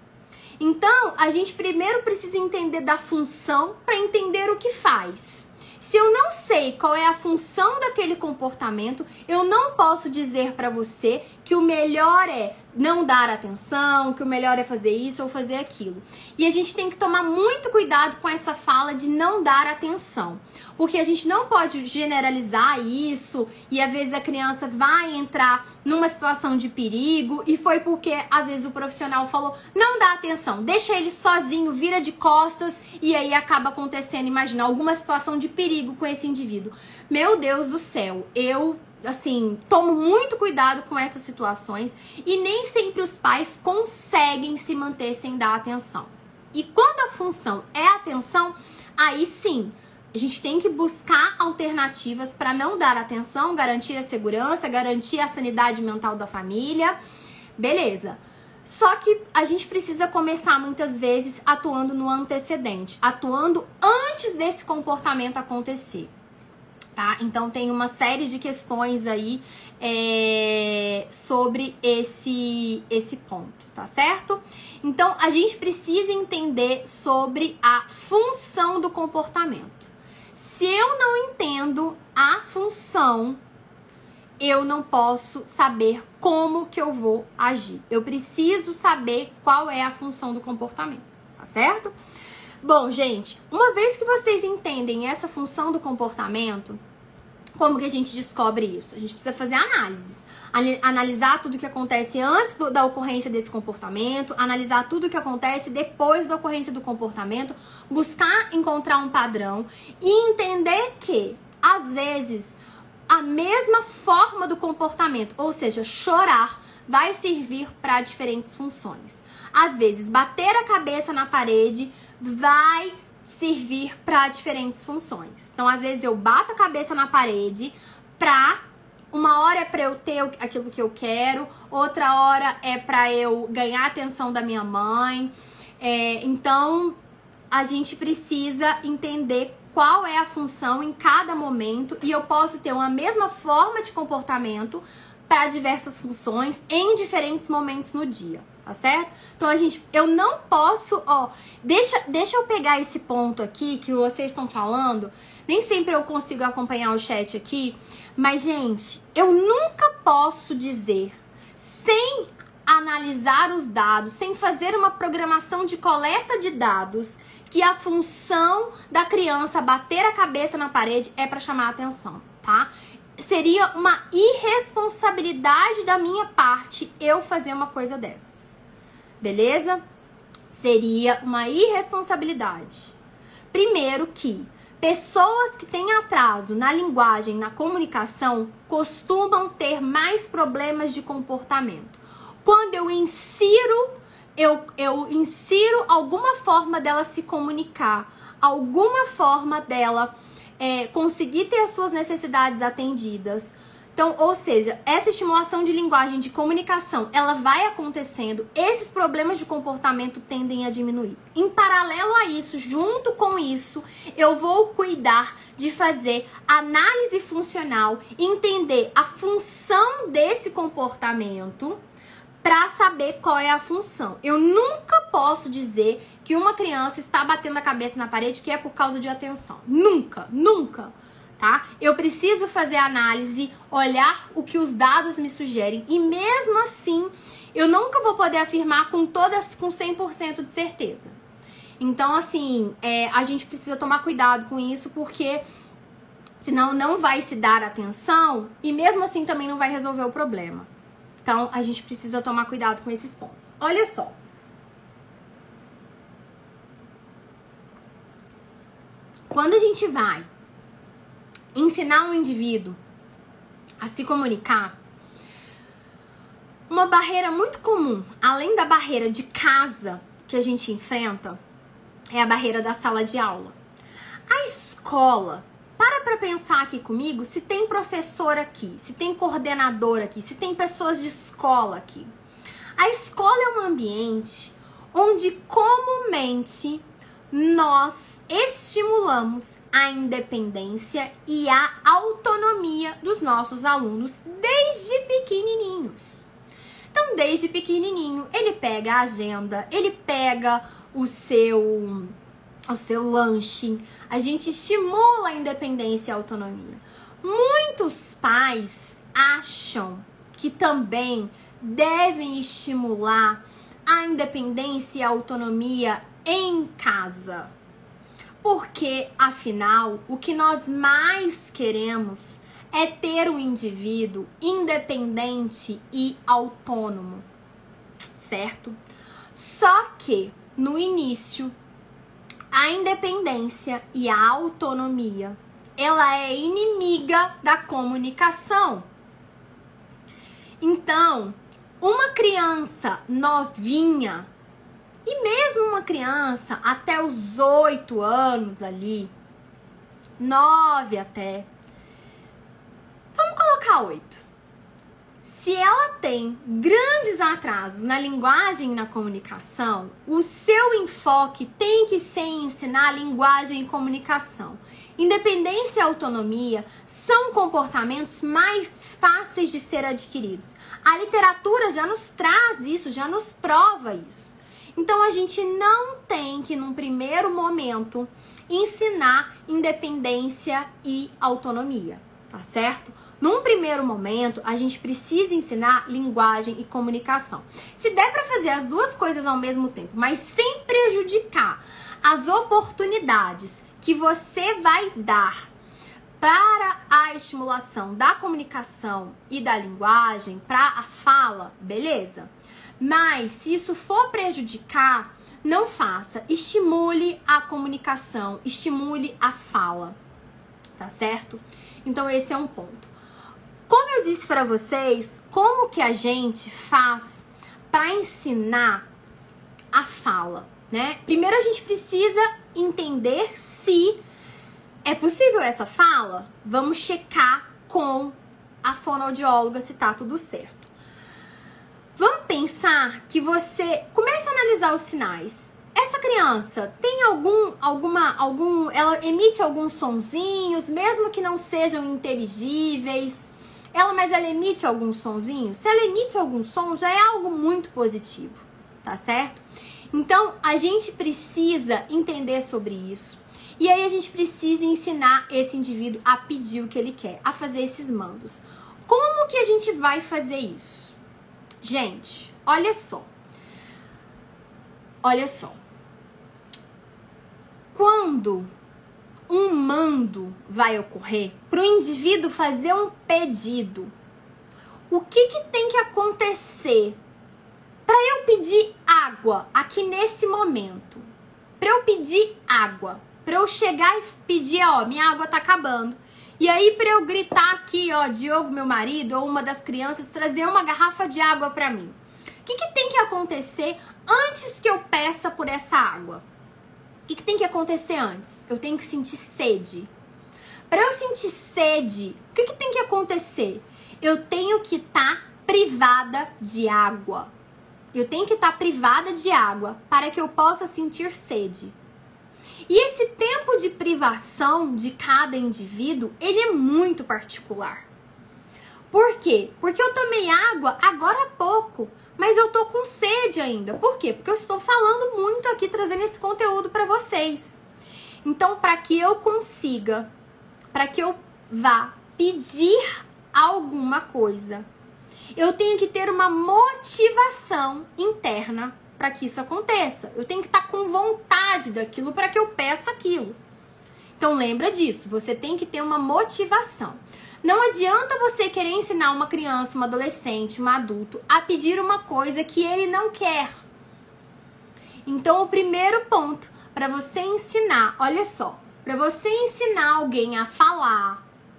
Então, a gente primeiro precisa entender da função para entender o que faz. Se eu não sei qual é a função daquele comportamento, eu não posso dizer para você que o melhor é não dar atenção, que o melhor é fazer isso ou fazer aquilo. E a gente tem que tomar muito cuidado com essa fala de não dar atenção. Porque a gente não pode generalizar isso e às vezes a criança vai entrar numa situação de perigo e foi porque às vezes o profissional falou não dá atenção, deixa ele sozinho, vira de costas e aí acaba acontecendo, imagina, alguma situação de perigo com esse indivíduo. Meu Deus do céu, eu tomo muito cuidado com essas situações e nem sempre os pais conseguem se manter sem dar atenção. E quando a função é atenção, aí sim, a gente tem que buscar alternativas para não dar atenção, garantir a segurança, garantir a sanidade mental da família, beleza. Só que a gente precisa começar muitas vezes atuando no antecedente, atuando antes desse comportamento acontecer. Tá? Então tem uma série de questões aí sobre esse ponto, tá certo? Então a gente precisa entender sobre a função do comportamento. Se eu não entendo a função, eu não posso saber como que eu vou agir. Eu preciso saber qual é a função do comportamento, tá certo? Bom, gente, uma vez que vocês entendem essa função do comportamento, como que a gente descobre isso? A gente precisa fazer análises. Analisar tudo que acontece antes da ocorrência desse comportamento, analisar tudo que acontece depois da ocorrência do comportamento, buscar encontrar um padrão e entender que, às vezes, a mesma forma do comportamento, ou seja, chorar, vai servir para diferentes funções. Às vezes, bater a cabeça na parede vai servir para diferentes funções. Então, às vezes, eu bato a cabeça na parede para... Uma hora é pra eu ter aquilo que eu quero, outra hora é pra eu ganhar a atenção da minha mãe. Então, a gente precisa entender qual é a função em cada momento e eu posso ter uma mesma forma de comportamento para diversas funções em diferentes momentos no dia, tá certo? Então, eu não posso, deixa eu pegar esse ponto aqui que vocês estão falando. Nem sempre eu consigo acompanhar o chat aqui, mas, gente, eu nunca posso dizer, sem analisar os dados, sem fazer uma programação de coleta de dados, que a função da criança bater a cabeça na parede é para chamar a atenção, tá? Seria uma irresponsabilidade da minha parte eu fazer uma coisa dessas, beleza? Seria uma irresponsabilidade. Primeiro que pessoas que têm atraso na linguagem, na comunicação, costumam ter mais problemas de comportamento. Quando eu insiro alguma forma dela se comunicar, alguma forma dela conseguir ter as suas necessidades atendidas. Então, ou seja, essa estimulação de linguagem, de comunicação, ela vai acontecendo, esses problemas de comportamento tendem a diminuir. Em paralelo a isso, junto com isso, eu vou cuidar de fazer análise funcional, entender a função desse comportamento para saber qual é a função. Eu nunca posso dizer que uma criança está batendo a cabeça na parede que é por causa de atenção. Nunca, nunca. Tá? Eu preciso fazer análise, olhar o que os dados me sugerem e mesmo assim eu nunca vou poder afirmar com 100% de certeza. Então, assim, a gente precisa tomar cuidado com isso porque senão não vai se dar atenção e mesmo assim também não vai resolver o problema. Então, a gente precisa tomar cuidado com esses pontos. Olha só. Quando a gente vai ensinar um indivíduo a se comunicar, uma barreira muito comum, além da barreira de casa que a gente enfrenta, é a barreira da sala de aula. A escola, para pensar aqui comigo, se tem professor aqui, se tem coordenador aqui, se tem pessoas de escola aqui. A escola é um ambiente onde comumente nós estimulamos a independência e a autonomia dos nossos alunos desde pequenininhos. Então, desde pequenininho, ele pega a agenda, ele pega o seu lanche, a gente estimula a independência e a autonomia. Muitos pais acham que também devem estimular a independência e a autonomia em casa. Porque, afinal, o que nós mais queremos é ter um indivíduo independente e autônomo, certo? Só que, no início, a independência e a autonomia, ela é inimiga da comunicação. Então, uma criança novinha, e mesmo uma criança até os 8 anos ali, 9 até, vamos colocar 8. Se ela tem grandes atrasos na linguagem e na comunicação, o seu enfoque tem que ser em ensinar linguagem e comunicação. Independência e autonomia são comportamentos mais fáceis de ser adquiridos. A literatura já nos traz isso, já nos prova isso. Então, a gente não tem que, num primeiro momento, ensinar independência e autonomia, tá certo? Num primeiro momento, a gente precisa ensinar linguagem e comunicação. Se der para fazer as duas coisas ao mesmo tempo, mas sem prejudicar as oportunidades que você vai dar para a estimulação da comunicação e da linguagem, para a fala, beleza? Mas se isso for prejudicar, não faça. Estimule a comunicação, estimule a fala, tá certo? Então esse é um ponto. Como eu disse para vocês, como que a gente faz para ensinar a fala, né? Primeiro a gente precisa entender se é possível essa fala. Vamos checar com a fonoaudióloga se tá tudo certo. Vamos pensar que você começa a analisar os sinais. essa criança tem ela emite alguns sonzinhos, mesmo que não sejam inteligíveis, mas ela emite alguns sonzinhos? Se ela emite algum som, já é algo muito positivo, tá certo? Então, a gente precisa entender sobre isso. E aí a gente precisa ensinar esse indivíduo a pedir o que ele quer, a fazer esses mandos. Como que a gente vai fazer isso? Gente, olha só. Olha só. Quando um mando vai ocorrer, para o indivíduo fazer um pedido, o que tem que acontecer para eu pedir água aqui nesse momento? Para eu pedir água, para eu chegar e pedir, ó, minha água tá acabando. E aí para eu gritar aqui, ó, Diogo, meu marido, ou uma das crianças, trazer uma garrafa de água para mim. O que tem que acontecer antes que eu peça por essa água? O que tem que acontecer antes? Eu tenho que sentir sede. Para eu sentir sede, o que tem que acontecer? Eu tenho que estar privada de água. Eu tenho que estar privada de água para que eu possa sentir sede. E esse tempo de privação de cada indivíduo, ele é muito particular. Por quê? Porque eu tomei água agora há pouco, mas eu tô com sede ainda. Por quê? Porque eu estou falando muito aqui, trazendo esse conteúdo para vocês. Então, para que eu consiga, para que eu vá pedir alguma coisa, eu tenho que ter uma motivação interna para que isso aconteça. Eu tenho que estar com vontade daquilo para que eu peça aquilo. Então, lembra disso. Você tem que ter uma motivação. Não adianta você querer ensinar uma criança, um adolescente, um adulto a pedir uma coisa que ele não quer. Então, o primeiro ponto para você ensinar, olha só, para você ensinar alguém a falar,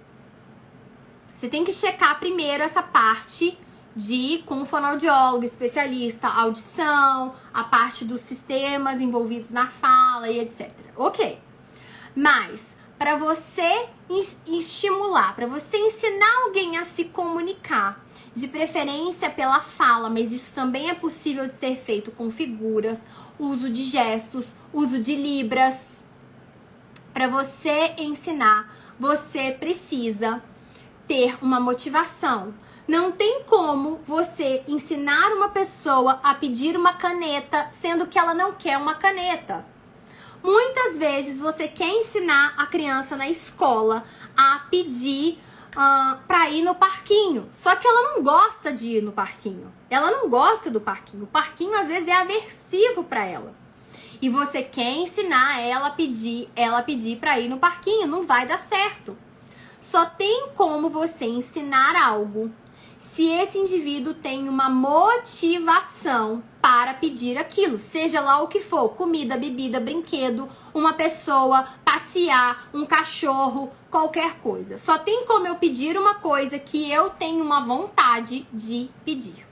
você tem que checar primeiro essa parte com o fonoaudiólogo, especialista, audição, a parte dos sistemas envolvidos na fala e etc. Ok. Mas, para você estimular, para você ensinar alguém a se comunicar, de preferência pela fala, mas isso também é possível de ser feito com figuras, uso de gestos, uso de libras. Para você ensinar, você precisa ter uma motivação. Não tem como você ensinar uma pessoa a pedir uma caneta, sendo que ela não quer uma caneta. Muitas vezes você quer ensinar a criança na escola a pedir para ir no parquinho. Só que ela não gosta de ir no parquinho. Ela não gosta do parquinho. O parquinho às vezes é aversivo para ela. E você quer ensinar ela a pedir para ir no parquinho. Não vai dar certo. Só tem como você ensinar algo se esse indivíduo tem uma motivação para pedir aquilo, seja lá o que for, comida, bebida, brinquedo, uma pessoa, passear, um cachorro, qualquer coisa. Só tem como eu pedir uma coisa que eu tenho uma vontade de pedir.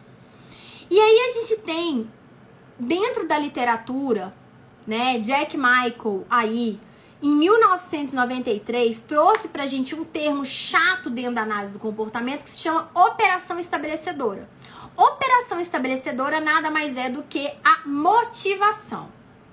E aí a gente tem, dentro da literatura, né, Jack Michael aí, em 1993, trouxe pra gente um termo chato dentro da análise do comportamento que se chama operação estabelecedora. Operação estabelecedora nada mais é do que a motivação.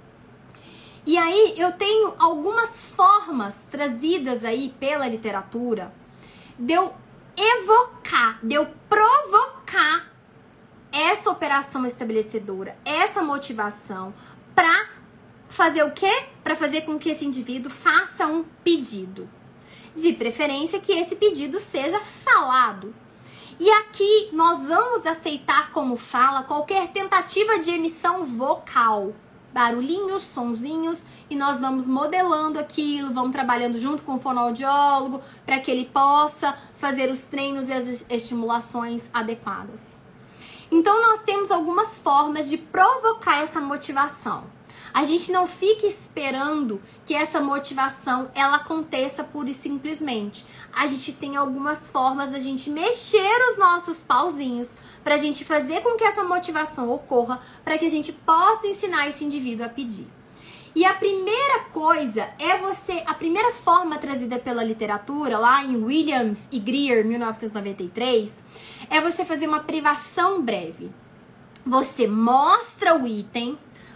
E aí eu tenho algumas formas trazidas aí pela literatura de eu evocar, de eu provocar essa operação estabelecedora, essa motivação pra fazer o quê? Para fazer com que esse indivíduo faça um pedido. De preferência que esse pedido seja falado. E aqui nós vamos aceitar como fala qualquer tentativa de emissão vocal. Barulhinhos, sonzinhos, e nós vamos modelando aquilo, vamos trabalhando junto com o fonoaudiólogo para que ele possa fazer os treinos e as estimulações adequadas. Então nós temos algumas formas de provocar essa motivação. A gente não fica esperando que essa motivação ela aconteça pura e simplesmente. A gente tem algumas formas da gente mexer os nossos pauzinhos para a gente fazer com que essa motivação ocorra, para que a gente possa ensinar esse indivíduo a pedir. E a primeira coisa a primeira forma trazida pela literatura, lá em Williams e Greer, 1993, é você fazer uma privação breve. Você mostra o item,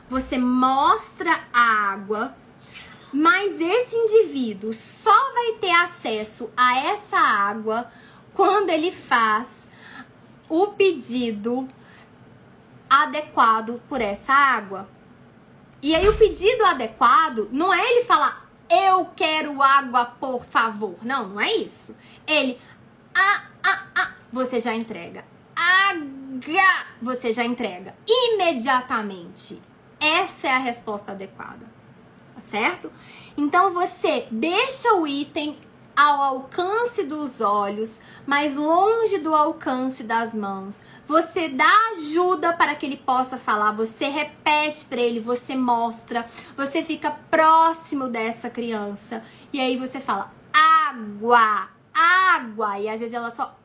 você mostra a água, mas esse indivíduo só vai ter acesso a essa água quando ele faz o pedido adequado por essa água. E aí o pedido adequado não é ele falar, eu quero água, por favor. Não, não é isso. Ele, você já entrega. Você já entrega imediatamente. Essa é a resposta adequada, tá certo? Então você deixa o item ao alcance dos olhos, mas longe do alcance das mãos. Você dá ajuda para que ele possa falar, você repete para ele, você mostra, você fica próximo dessa criança. E aí você fala, água, água. E às vezes ela só,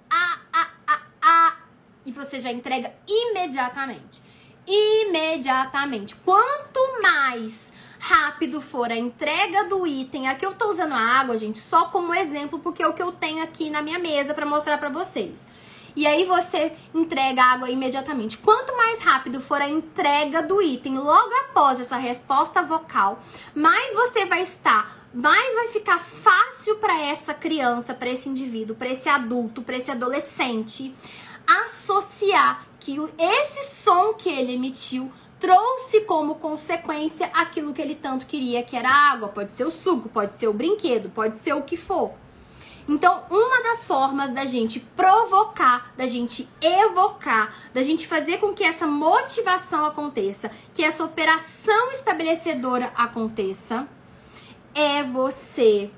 e você já entrega imediatamente. Imediatamente. Quanto mais rápido for a entrega do item, aqui eu tô usando a água, gente, só como exemplo, porque é o que eu tenho aqui na minha mesa pra mostrar pra vocês. E aí você entrega a água imediatamente. Quanto mais rápido for a entrega do item, logo após essa resposta vocal, mais você vai estar, mais vai ficar fácil pra essa criança, pra esse indivíduo, pra esse adulto, pra esse adolescente, associar que esse som que ele emitiu trouxe como consequência aquilo que ele tanto queria, que era a água. Pode ser o suco, pode ser o brinquedo, pode ser o que for. Então, uma das formas da gente provocar, da gente evocar, da gente fazer com que essa motivação aconteça, que essa operação estabelecedora aconteça, é você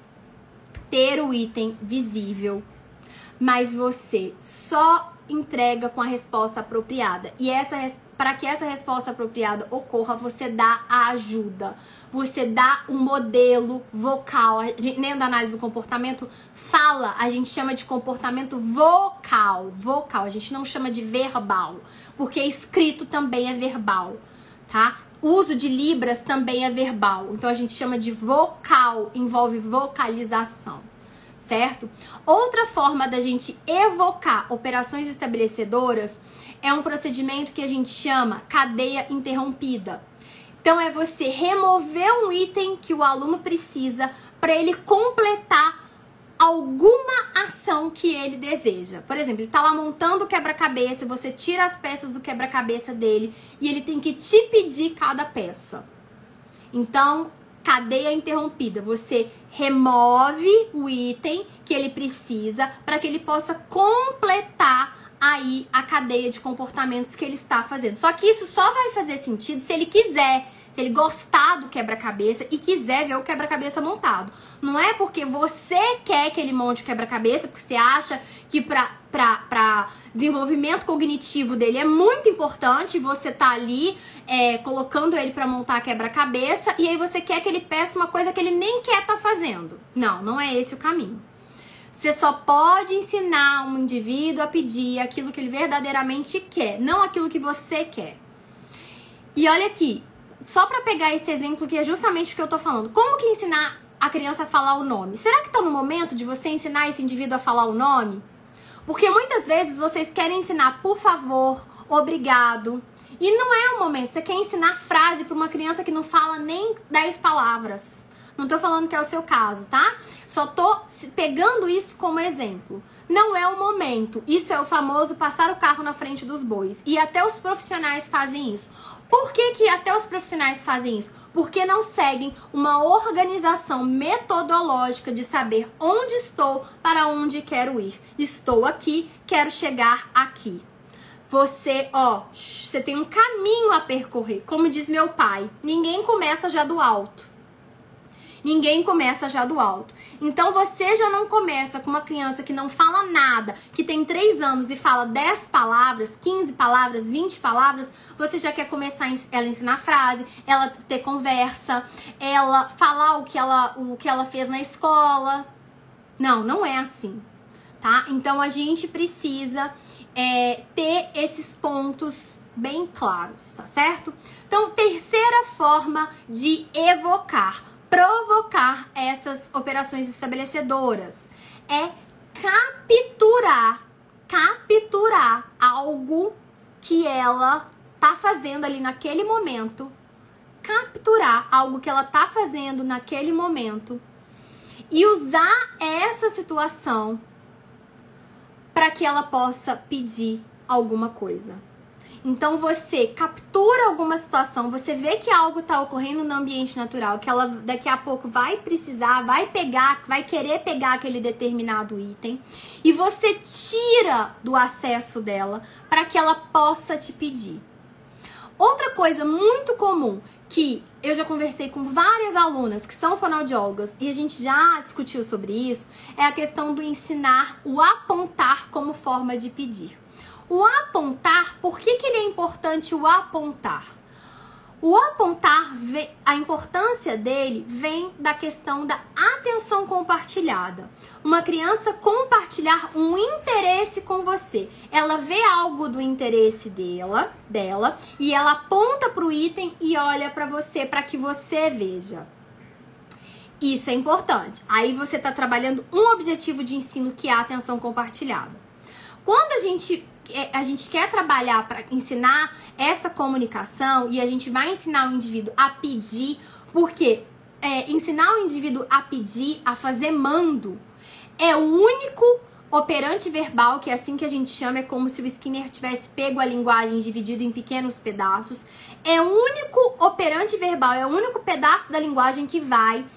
ter o item visível, mas você só entrega com a resposta apropriada. E para que essa resposta apropriada ocorra, você dá a ajuda, você dá um modelo vocal. Nem da análise do comportamento fala, a gente chama de comportamento vocal, a gente não chama de verbal, porque escrito também é verbal, tá? O uso de libras também é verbal, então a gente chama de vocal, envolve vocalização, certo? Outra forma da gente evocar operações estabelecedoras é um procedimento que a gente chama cadeia interrompida. Então é você remover um item que o aluno precisa para ele completar alguma ação que ele deseja. Por exemplo, ele tá lá montando o quebra-cabeça, você tira as peças do quebra-cabeça dele e ele tem que te pedir cada peça. Então, cadeia interrompida, você remove o item que ele precisa para que ele possa completar aí a cadeia de comportamentos que ele está fazendo. Só que isso só vai fazer sentido se ele quiser, se ele gostar do quebra-cabeça e quiser ver o quebra-cabeça montado. Não é porque você quer que ele monte o quebra-cabeça, porque você acha que para desenvolvimento cognitivo dele é muito importante, você tá ali colocando ele para montar quebra-cabeça e aí você quer que ele peça uma coisa que ele nem quer estar fazendo. Não, não é esse o caminho. Você só pode ensinar um indivíduo a pedir aquilo que ele verdadeiramente quer, não aquilo que você quer. E olha aqui, só para pegar esse exemplo que é justamente o que eu tô falando. Como que ensinar a criança a falar o nome? Será que tá no momento de você ensinar esse indivíduo a falar o nome? Porque muitas vezes vocês querem ensinar por favor, obrigado. E não é o momento. Você quer ensinar frase para uma criança que não fala nem 10 palavras. Não tô falando que é o seu caso, tá? Só tô pegando isso como exemplo. Não é o momento. Isso é o famoso passar o carro na frente dos bois. E até os profissionais fazem isso. Por que até os profissionais fazem isso? Porque não seguem uma organização metodológica de saber onde estou, para onde quero ir. Estou aqui, quero chegar aqui. Você tem um caminho a percorrer. Como diz meu pai, ninguém começa já do alto. Ninguém começa já do alto. Então você já não começa com uma criança que não fala nada, que tem 3 anos e fala 10 palavras, 15 palavras, 20 palavras, você já quer começar ela ensinar frase, ela ter conversa, ela falar o que ela fez na escola. Não, não é assim, tá? Então a gente precisa ter esses pontos bem claros, tá certo? Então, terceira forma de evocar, provocar essas operações estabelecedoras é capturar algo que ela tá fazendo ali naquele momento, capturar algo que ela tá fazendo naquele momento e usar essa situação para que ela possa pedir alguma coisa. Então você captura alguma situação, você vê que algo está ocorrendo no ambiente natural, que ela daqui a pouco vai precisar, vai querer pegar aquele determinado item, e você tira do acesso dela para que ela possa te pedir. Outra coisa muito comum, que eu já conversei com várias alunas que são fonoaudiólogas e a gente já discutiu sobre isso, é a questão do ensinar o apontar como forma de pedir. O apontar, por que ele é importante o apontar? O apontar, a importância dele vem da questão da atenção compartilhada. Uma criança compartilhar um interesse com você. Ela vê algo do interesse dela e ela aponta para o item e olha para você, para que você veja. Isso é importante. Aí você está trabalhando um objetivo de ensino, que é a atenção compartilhada. Quando a gente quer trabalhar para ensinar essa comunicação e a gente vai ensinar o indivíduo a pedir, porque ensinar o indivíduo a pedir, a fazer mando, é o único operante verbal, que é assim que a gente chama, é como se o Skinner tivesse pego a linguagem dividido em pequenos pedaços, é o único operante verbal, é o único pedaço da linguagem que vai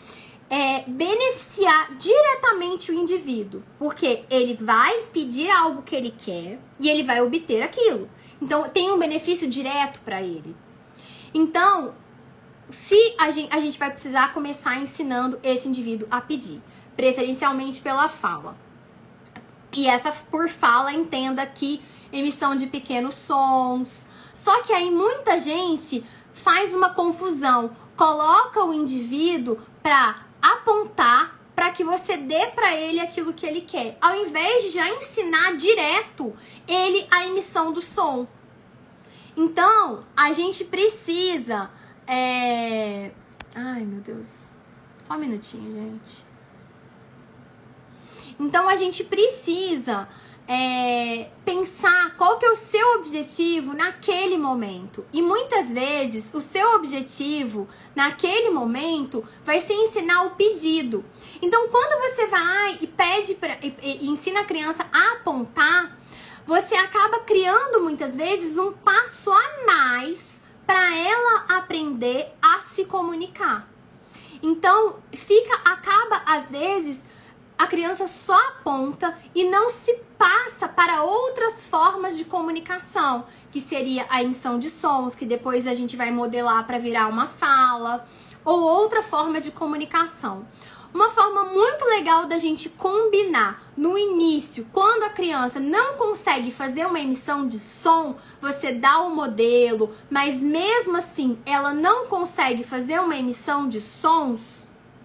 beneficiar diretamente o indivíduo, porque ele vai pedir algo que ele quer e ele vai obter aquilo. Então, tem um benefício direto para ele. Então, se a gente vai precisar começar ensinando esse indivíduo a pedir, preferencialmente pela fala. E essa, por fala, entenda que emissão de pequenos sons. Só que aí muita gente faz uma confusão, coloca o indivíduo para apontar para que você dê para ele aquilo que ele quer, ao invés de já ensinar direto ele a emissão do som. Então, a gente precisa... Ai, meu Deus. Só um minutinho, gente. Então, a gente precisa pensar qual que é o seu objetivo naquele momento. E muitas vezes, o seu objetivo naquele momento vai ser ensinar o pedido. Então, quando você vai e pede e ensina a criança a apontar, você acaba criando muitas vezes um passo a mais para ela aprender a se comunicar. Então, acaba às vezes a criança só aponta e não se passa para outras formas de comunicação, que seria a emissão de sons, que depois a gente vai modelar para virar uma fala, ou outra forma de comunicação. Uma forma muito legal da gente combinar no início, quando a criança não consegue fazer uma emissão de som, você dá o modelo, mas mesmo assim ela não consegue fazer uma emissão de sons,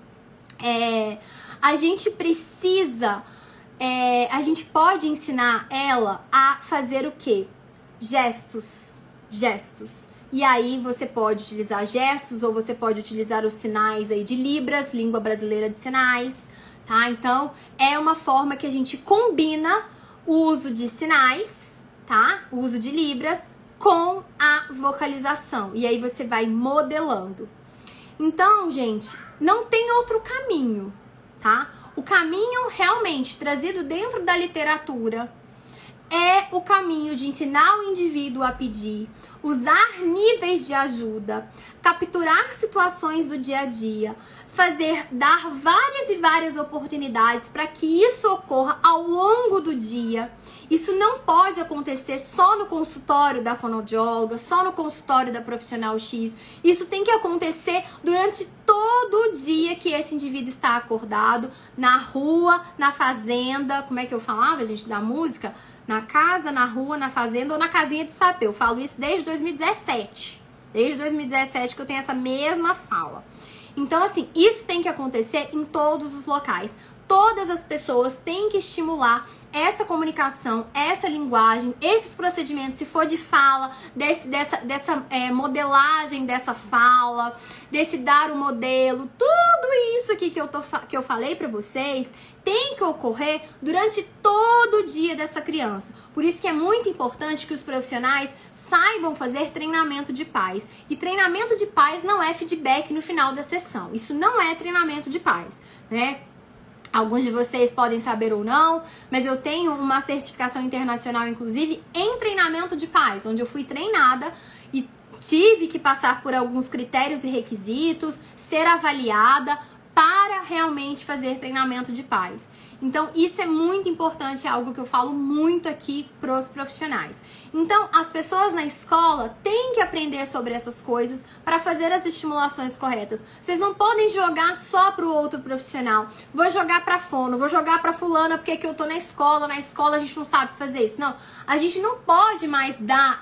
a gente precisa, a gente pode ensinar ela a fazer o quê? Gestos. E aí você pode utilizar gestos ou você pode utilizar os sinais aí de Libras, língua brasileira de sinais, tá? Então, é uma forma que a gente combina o uso de sinais, tá? O uso de Libras com a vocalização. E aí você vai modelando. Então, gente, não tem outro caminho, tá? O caminho realmente trazido dentro da literatura é o caminho de ensinar o indivíduo a pedir, usar níveis de ajuda, capturar situações do dia a dia, dar várias e várias oportunidades para que isso ocorra ao longo do dia. Isso não pode acontecer só no consultório da fonoaudióloga, só no consultório da profissional X. Isso tem que acontecer durante todo o dia que esse indivíduo está acordado, na rua, na fazenda, como é que eu falava, gente, da música? Na casa, na rua, na fazenda ou na casinha de sapê. Eu falo isso desde 2017. Desde 2017 que eu tenho essa mesma fala. Então, assim, isso tem que acontecer em todos os locais. todas as pessoas têm que estimular essa comunicação, essa linguagem, esses procedimentos, se for de fala, dessa modelagem dessa fala, desse dar o modelo, tudo isso aqui que eu falei pra vocês tem que ocorrer durante todo o dia dessa criança. Por isso que é muito importante que os profissionais saibam fazer treinamento de pais. E treinamento de pais não é feedback no final da sessão. Isso não é treinamento de pais, né? Alguns de vocês podem saber ou não, mas eu tenho uma certificação internacional, inclusive, em treinamento de pais, onde eu fui treinada e tive que passar por alguns critérios e requisitos, ser avaliada para realmente fazer treinamento de pais. Então, isso é muito importante, é algo que eu falo muito aqui para os profissionais. Então, as pessoas na escola têm que aprender sobre essas coisas para fazer as estimulações corretas. Vocês não podem jogar só para o outro profissional. Vou jogar para fono, vou jogar para fulana porque que eu tô na escola a gente não sabe fazer isso. Não, a gente não pode mais dar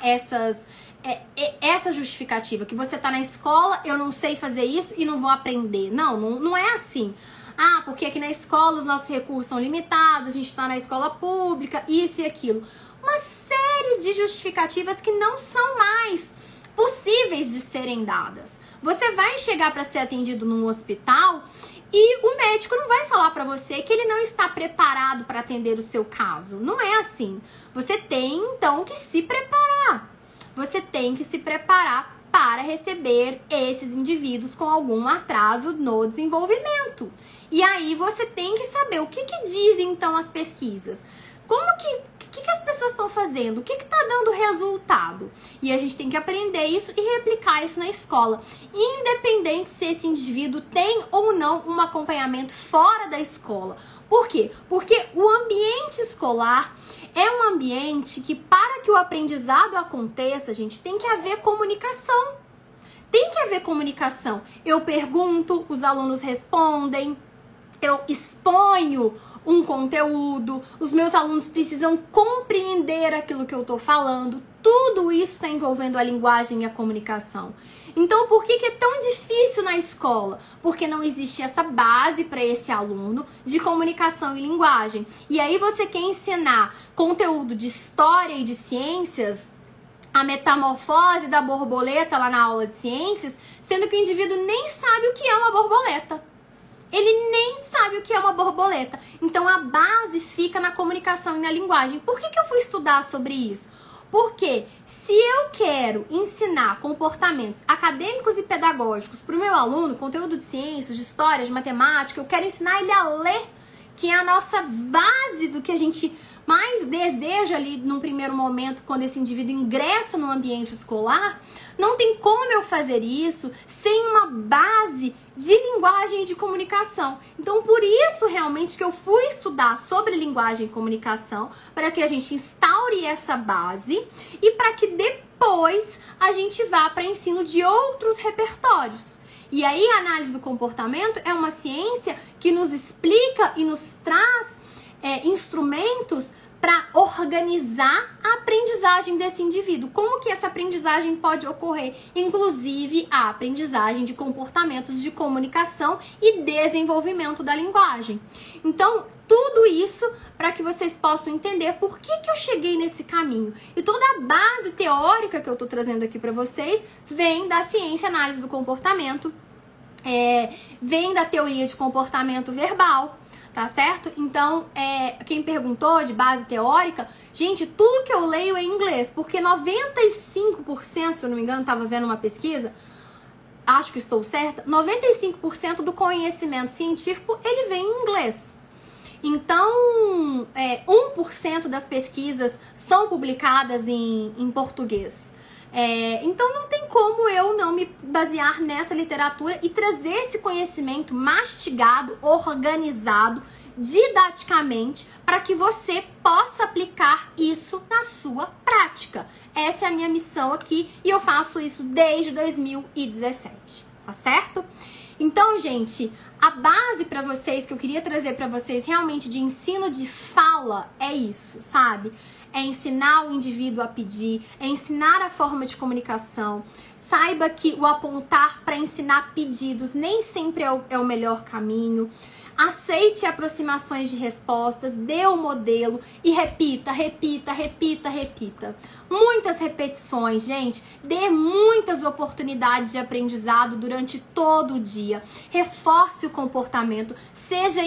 essa justificativa, que você tá na escola, eu não sei fazer isso e não vou aprender. Não é assim. Ah, porque aqui na escola os nossos recursos são limitados, a gente tá na escola pública, isso e aquilo. Uma série de justificativas que não são mais possíveis de serem dadas. Você vai chegar para ser atendido num hospital e o médico não vai falar para você que ele não está preparado para atender o seu caso. Não é assim. Você tem, então, que se preparar. Você tem que se preparar para receber esses indivíduos com algum atraso no desenvolvimento. E aí você tem que saber o que dizem então as pesquisas. Como que as pessoas estão fazendo? O que está dando resultado? E a gente tem que aprender isso e replicar isso na escola. Independente se esse indivíduo tem ou não um acompanhamento fora da escola. Por quê? Porque o ambiente escolar é um ambiente que, para que o aprendizado aconteça, gente, tem que haver comunicação. Tem que haver comunicação. Eu pergunto, os alunos respondem, eu exponho um conteúdo, os meus alunos precisam compreender aquilo que eu tô falando. Tudo isso está envolvendo a linguagem e a comunicação. Então, por que é tão difícil na escola? Porque não existe essa base para esse aluno de comunicação e linguagem. E aí você quer ensinar conteúdo de história e de ciências, a metamorfose da borboleta lá na aula de ciências, sendo que o indivíduo nem sabe o que é uma borboleta. Ele nem sabe o que é uma borboleta. Então, a base fica na comunicação e na linguagem. Por que eu fui estudar sobre isso? Porque se eu quero ensinar comportamentos acadêmicos e pedagógicos para o meu aluno, conteúdo de ciências, de história, de matemática, eu quero ensinar ele a ler, que é a nossa base do que a gente mais deseja ali num primeiro momento, quando esse indivíduo ingressa no ambiente escolar. Não tem como eu fazer isso sem uma base de linguagem e de comunicação. Então, por isso realmente que eu fui estudar sobre linguagem e comunicação, para que a gente instaure essa base e para que depois a gente vá para ensino de outros repertórios. E aí a análise do comportamento é uma ciência que nos explica e nos traz instrumentos para organizar a aprendizagem desse indivíduo. Como que essa aprendizagem pode ocorrer? Inclusive a aprendizagem de comportamentos de comunicação e desenvolvimento da linguagem. Então, tudo isso para que vocês possam entender por que eu cheguei nesse caminho. E toda a base teórica que eu estou trazendo aqui para vocês vem da ciência análise do comportamento, vem da teoria de comportamento verbal, tá certo? Então, quem perguntou de base teórica, gente, tudo que eu leio é em inglês, porque 95%, se eu não me engano, estava vendo uma pesquisa, acho que estou certa, 95% do conhecimento científico, ele vem em inglês. Então, 1% das pesquisas são publicadas em português. Então não tem como eu não me basear nessa literatura e trazer esse conhecimento mastigado, organizado, didaticamente, para que você possa aplicar isso na sua prática. Essa é a minha missão aqui e eu faço isso desde 2017, tá certo? Então, gente, a base para vocês, que eu queria trazer para vocês realmente de ensino de fala, é isso, sabe? É ensinar o indivíduo a pedir, é ensinar a forma de comunicação, saiba que o apontar para ensinar pedidos nem sempre é o melhor caminho. Aceite aproximações de respostas, dê o modelo e repita, repita, repita, repita. Muitas repetições, gente. Dê muitas oportunidades de aprendizado durante todo o dia. Reforce o comportamento. Seja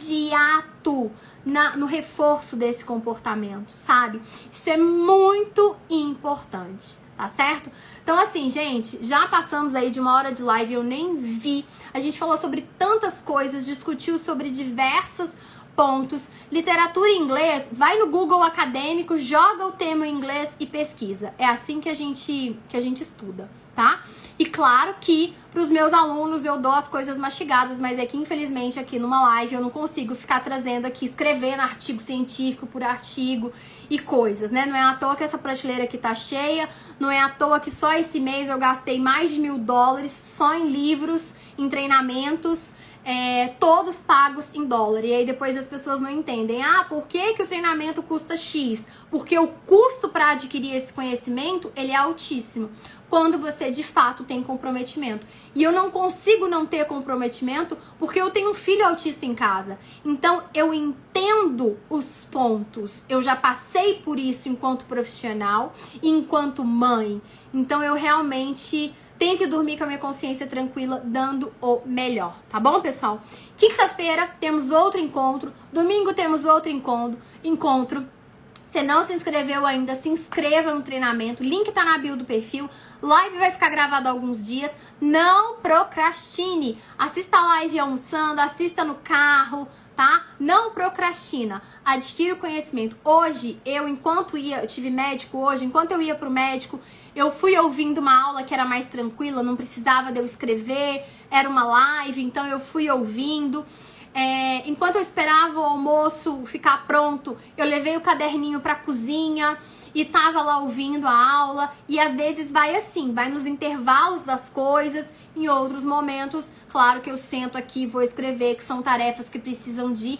imediato no reforço desse comportamento, sabe? Isso é muito importante, tá certo? Então assim, gente, já passamos aí de 1 hora de live, eu nem vi. A gente falou sobre tantas coisas, discutiu sobre diversos pontos. Literatura em inglês, vai no Google acadêmico, joga o tema em inglês e pesquisa. É assim que a gente estuda, tá? E claro que para os meus alunos eu dou as coisas mastigadas, mas é que infelizmente aqui numa live eu não consigo ficar trazendo aqui, escrevendo artigo científico por artigo e coisas, né? Não é à toa que essa prateleira aqui tá cheia, não é à toa que só esse mês eu gastei mais de $1.000 só em livros, em treinamentos, todos pagos em dólar. E aí depois as pessoas não entendem. Ah, por que o treinamento custa X? Porque o custo para adquirir esse conhecimento, ele é altíssimo. Quando você de fato tem comprometimento. E eu não consigo não ter comprometimento porque eu tenho um filho autista em casa. Então eu entendo os pontos. Eu já passei por isso enquanto profissional e enquanto mãe. Então eu realmente tenho que dormir com a minha consciência tranquila, dando o melhor, tá bom, pessoal? Quinta-feira temos outro encontro, domingo temos outro encontro. Se não se inscreveu ainda, se inscreva no treinamento, link tá na bio do perfil. Live vai ficar gravada alguns dias, não procrastine. Assista a live almoçando, assista no carro, tá? Não procrastina, adquira o conhecimento. Hoje, eu tive médico hoje, enquanto eu ia pro médico, eu fui ouvindo uma aula que era mais tranquila, não precisava de eu escrever, era uma live, então eu fui ouvindo. Enquanto eu esperava o almoço ficar pronto, eu levei o caderninho pra cozinha e tava lá ouvindo a aula. E às vezes vai assim, vai nos intervalos das coisas. Em outros momentos, claro que eu sento aqui e vou escrever, que são tarefas que precisam de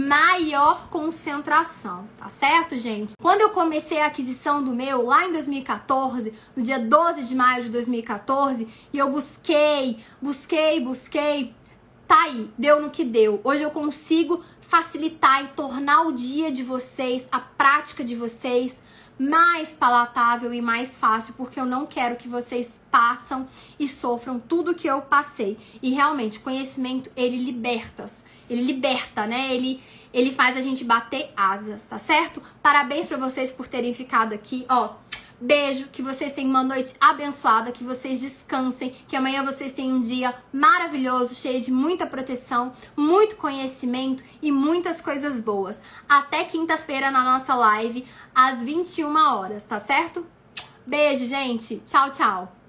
maior concentração, tá certo, gente? Quando eu comecei a aquisição do meu, lá em 2014, no dia 12 de maio de 2014, e eu busquei, tá aí, deu no que deu. Hoje eu consigo facilitar e tornar o dia de vocês, a prática de vocês, mais palatável e mais fácil, porque eu não quero que vocês passam e sofram tudo que eu passei. E realmente, o conhecimento, ele liberta, né? Ele faz a gente bater asas, tá certo? Parabéns pra vocês por terem ficado aqui, ó. Beijo, que vocês tenham uma noite abençoada, que vocês descansem, que amanhã vocês tenham um dia maravilhoso, cheio de muita proteção, muito conhecimento e muitas coisas boas. Até quinta-feira na nossa live, às 21 horas, tá certo? Beijo, gente. Tchau, tchau.